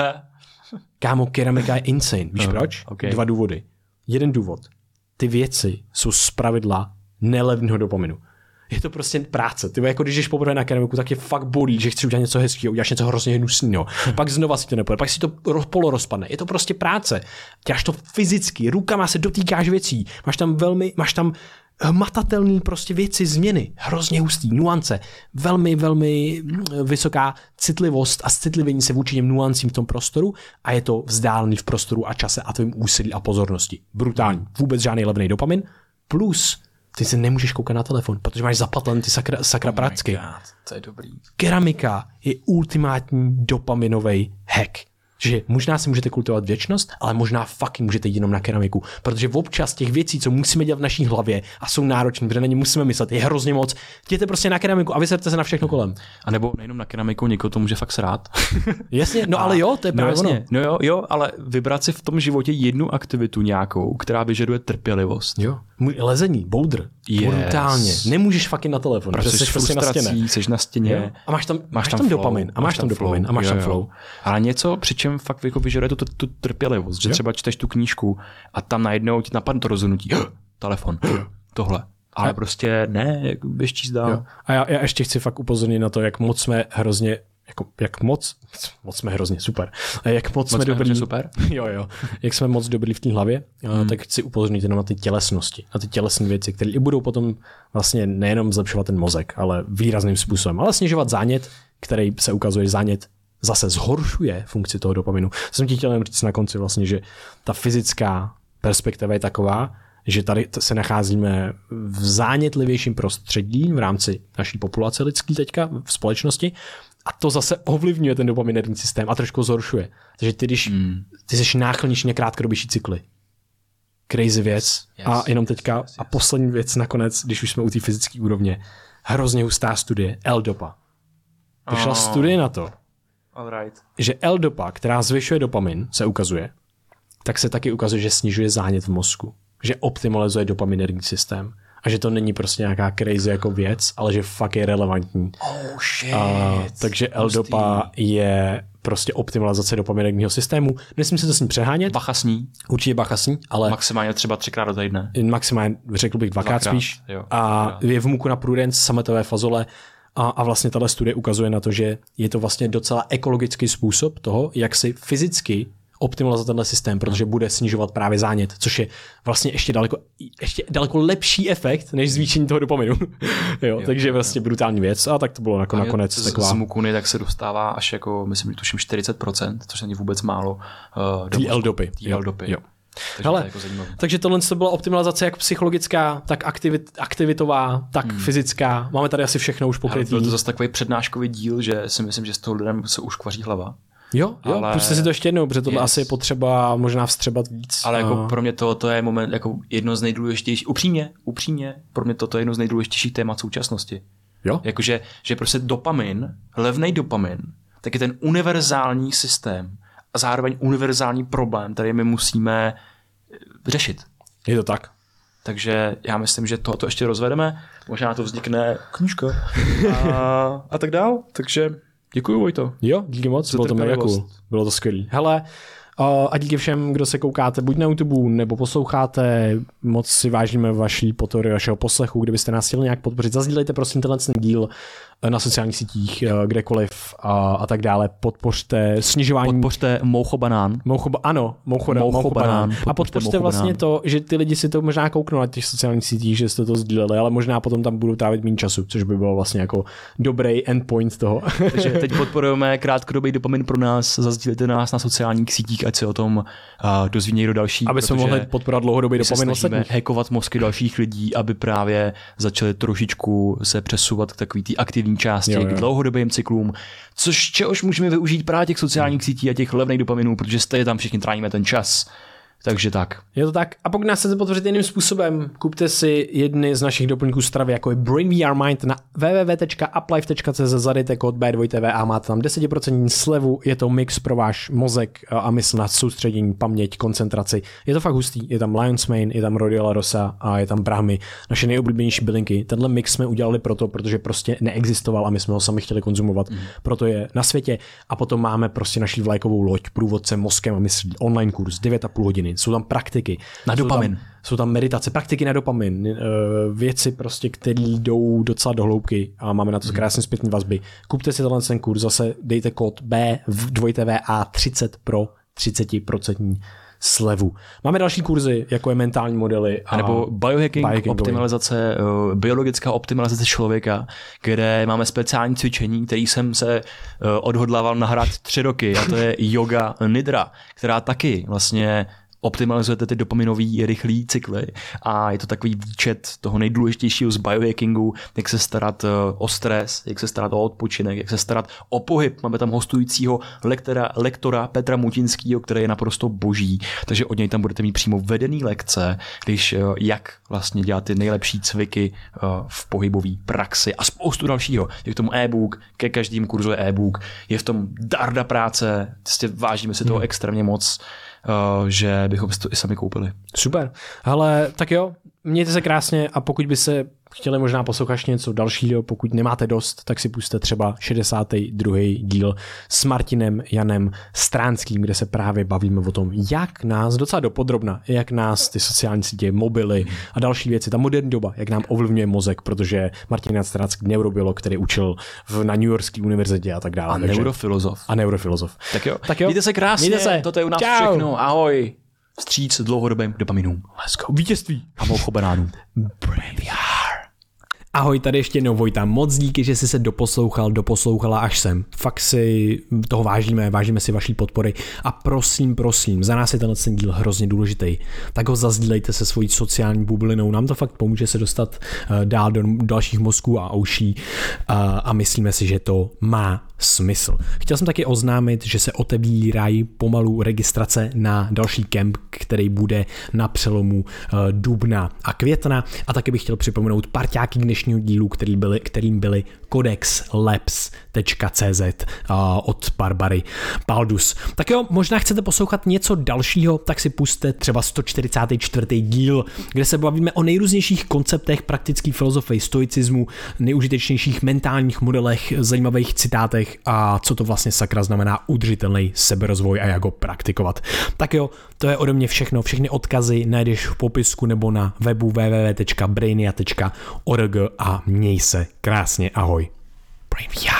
Speaker 3: Kámo, keramika je insane. Víš proč? Okay. 2 důvody. 1 důvod. Ty věci jsou zpravidla nelevného dopaminu. Je to prostě práce. Ty jako když jdeš poprvé na keramiku, tak je fakt bolí, že chceš udělat něco hezkého, uděláš něco hrozně hnusného. Pak znova si to nepojde, pak si to polorozpadne. Je to prostě práce. Děláš to fyzicky, rukama se dotýkáš věcí. Máš tam hmatatelný prostě věci, změny, hrozně hustý, nuance, velmi, velmi vysoká citlivost a citlivění se vůči těm nuancím v tom prostoru a je to vzdálený v prostoru a čase a tvým úsilí a pozornosti. Brutální. Vůbec žádný levný dopamin. Plus ty se nemůžeš koukat na telefon, protože máš zapleten ty sakra pracky.
Speaker 2: To je dobrý.
Speaker 3: Keramika je ultimátní dopaminový hack. Že možná si můžete kultivovat věčnost, ale možná fucking můžete jít jenom na keramiku. Protože občas těch věcí, co musíme dělat v naší hlavě a jsou náročné, protože na ně musíme myslet, je hrozně moc. Jděte prostě na keramiku a vyserte se na všechno kolem.
Speaker 2: A nebo nejenom na keramiku, někoho to může fakt srát.
Speaker 3: Jasně, no ale jo, to je právě ono.
Speaker 2: No jo, ale vybrat si v tom životě jednu aktivitu nějakou, která vyžaduje trpělivost.
Speaker 3: Jo. Lezení, boulder. Brutálně. Nemůžeš fucking na telefon,
Speaker 2: protože jsi prostě na stěně. Jsi na stěně. Jo.
Speaker 3: A máš tam dopamin. A máš tam dopamin. A máš tam flow.
Speaker 2: Ale něco, přičem fakt jako vyžaduje tu trpělivost. Že třeba čteš tu knížku a tam najednou ti napadne to rozhodnutí. Telefon. Tohle. Ale prostě ne, běž číst dál.
Speaker 3: A já ještě chci fakt upozornit na to, jak moc jsme hrozně jak moc jsme hrozně super. Jak moc jsme dobrý.
Speaker 2: Super?
Speaker 3: Jo. Jak jsme moc dobrý v té hlavě, tak chci upozornit jenom na ty tělesnosti, na ty tělesné věci, které i budou potom vlastně nejenom zlepšovat ten mozek, ale výrazným způsobem, ale snižovat zánět, který se ukazuje, že zánět zase zhoršuje funkci toho dopaminu. Jsem ti chtěl jen říct na konci vlastně, že ta fyzická perspektiva je taková, že tady se nacházíme v zánětlivějším prostředí v rámci naší populace lidský teďka v společnosti a to zase ovlivňuje ten dopaminerní systém a trošku zhoršuje. Takže ty jsi náchylnější krátkodobější cykly. Crazy věc. A jenom teďka a poslední věc nakonec, když už jsme u té fyzické úrovně, hrozně hustá studie L-dopa. Vyšla studie na to, že L-dopa, která zvyšuje dopamin, se ukazuje, tak se taky ukazuje, že snižuje zánět v mozku. Že optimalizuje dopaminerní systém a že to není prostě nějaká crazy jako věc, ale že fakt je relevantní.
Speaker 2: Oh shit.
Speaker 3: Takže L-dopa je prostě optimalizace dopaminérního systému. Nesmím se to s ní přehánět.
Speaker 2: Bacha s ní.
Speaker 3: Určitě bacha s ní, ale
Speaker 2: maximálně třeba 3x do týdne.
Speaker 3: Maximálně, řekl bych 2x spíš.
Speaker 2: Jo.
Speaker 3: A je v muku na prudence, sametové fazole a vlastně tato studie ukazuje na to, že je to vlastně docela ekologický způsob toho, jak si fyzicky optimalizovat tenhle systém, protože bude snižovat právě zánět, což je vlastně ještě daleko lepší efekt, než zvýšení toho dopaminu. jo, takže vlastně brutální věc. A tak to bylo nakonec taková.
Speaker 2: Z mukuny tak se dostává až jako, myslím, tuším 40%, což není vůbec málo.
Speaker 3: Tý L-dopy.
Speaker 2: Jo.
Speaker 3: Hele, takže tohle to byla optimalizace jak psychologická, tak aktivitová, tak fyzická. Máme tady asi všechno už pokrytý.
Speaker 2: Byl to zase takový přednáškový díl, že si myslím, že z toho lidem se už kvaří hlava.
Speaker 3: Jo, prostě si to ještě jednou, protože tohle asi je potřeba možná vstřebat víc.
Speaker 2: Ale jako pro mě to je moment, jako jedno z nejdůležitějších, upřímně, pro mě to je jedno z nejdůležitějších témat současnosti.
Speaker 3: Jo?
Speaker 2: Jakože, že prostě dopamin, levnej dopamin, tak je ten univerzální systém a zároveň univerzální problém, který my musíme řešit.
Speaker 3: Je to tak.
Speaker 2: Takže já myslím, že to ještě rozvedeme, možná to vznikne knížka a tak dál, takže děkuju, Vojto.
Speaker 3: Jo, díky moc, bylo to mega cool. Bylo to skvělý. Hele, a díky všem, kdo se koukáte buď na YouTube, nebo posloucháte, moc si vážíme vaší podpory, vašeho poslechu, kdybyste nás chtěli nějak podpořit. Zazdílejte prosím tenhle díl na sociálních sítích, kdekoliv a tak dále. Podpořte snižování.
Speaker 2: Podpořte Mouchobanán.
Speaker 3: Mouchobanán. A podpořte vlastně to, že ty lidi si to možná kouknou na těch sociálních sítích, že jste to sdíleli, ale možná potom tam budou trávit méně času, což by bylo vlastně jako dobrý endpoint toho.
Speaker 2: Takže teď podporujeme krátkodobý dopamin pro nás, zazdílejte nás na sociálních sítích, ať se o tom dozví někdo další.
Speaker 3: Aby jsme mohli podporovat dlouhodobý dopamin ostatních.
Speaker 2: Hackovat mozky dalších lidí, aby právě začali trošičku se přesouvat k takový té aktivní části, k dlouhodobým cyklům, čehož můžeme využít právě těch sociálních sítí a těch levných dopaminů, protože stejně tam všichni trávíme ten čas. Takže tak.
Speaker 3: Je to tak. A pokud nás chcete podpořit jiným způsobem, kupte si jedny z našich doplňků stravy, jako je Brain VR Mind na www.uplife.cz, zadejte kód B2TV a máte tam 10% slevu. Je to mix pro váš mozek a mysl na soustředění, paměť, koncentraci. Je to fakt hustý. Je tam Lion's Mane, je tam Rhodiola Rosa a je tam Brahmy, naše nejoblíbenější bylinky. Tenhle mix jsme udělali protože prostě neexistoval a my jsme ho sami chtěli konzumovat. Proto je na světě. A potom máme prostě naši vlajkovou loď, průvodce mozkem a myslí, online kurz 9,5 hodiny. Jsou tam praktiky
Speaker 2: na dopamin.
Speaker 3: Jsou tam meditace, praktiky na dopamin, věci prostě, které jdou docela do hloubky a máme na to krásné zpětné vazby. Kupte si ten kurz, zase dejte kód B2TVA 30 pro 30% slevu. Máme další kurzy, jako je mentální modely.
Speaker 2: Nebo biohacking, optimalizace, biologická optimalizace člověka, kde máme speciální cvičení, který jsem se odhodlával nahrát 3 roky, a to je yoga nidra, která taky vlastně optimalizujete ty dopaminové rychlé cykly a je to takový výčet toho nejdůležitějšího z biohackingu, jak se starat o stres, jak se starat o odpočinek, jak se starat o pohyb. Máme tam hostujícího lektora Petra Mutinského, který je naprosto boží, takže od něj tam budete mít přímo vedený lekce, když jak vlastně dělat ty nejlepší cviky v pohybové praxi a spoustu dalšího. Je k tomu e-book, ke každému kurzu je e-book, je v tom darda práce, vážíme si toho extrémně moc, že bychom si to i sami koupili.
Speaker 3: Super. Ale tak jo, mějte se krásně a pokud by se chtěli možná poslouchat něco dalšího, pokud nemáte dost, tak si pusťte třeba 62. díl s Martinem Janem Stránským, kde se právě bavíme o tom, jak nás docela dopodrobna, jak nás ty sociální sítě, mobily a další věci, ta moderní doba, jak nám ovlivňuje mozek, protože Martin Jan Stránský neurobiolog, který učil na New Yorkské univerzitě a tak dále.
Speaker 2: A neurofilozof.
Speaker 3: Tak jo.
Speaker 2: Mějte se krásně. Mějte se. Toto je u nás všechno. Ahoj. Vstříc dlouhodobým dopaminům.
Speaker 3: Let's go. Vítězství.
Speaker 2: A mouchobanánům.
Speaker 3: Brain VR. Ahoj, tady ještě jednou Vojta. Moc díky, že jsi se doposlouchala až sem. Fakt si toho vážíme si vaší podpory a prosím, za nás je tenhle díl hrozně důležitý. Tak ho zazdílejte se svojí sociální bublinou, nám to fakt pomůže se dostat dál do dalších mozků a uší a myslíme si, že to má smysl. Chtěl jsem taky oznámit, že se otevírají pomalu registrace na další kemp, který bude na přelomu dubna a května a taky bych chtěl připomenout parťáky k dnešní
Speaker 1: dnešního dílu, kterým byly codexlabs.cz od Barbary Paldus. Tak jo, možná chcete poslouchat něco dalšího, tak si pusťte třeba 144. díl, kde se bavíme o nejrůznějších konceptech praktické filozofie, stoicismu, nejužitečnějších mentálních modelech, zajímavých citátech a co to vlastně sakra znamená udržitelný seberozvoj a jak ho praktikovat. Tak jo, to je ode mě všechno. Všechny odkazy najdeš v popisku nebo na webu www.brainia.org a měj se krásně. Ahoj. Brainia.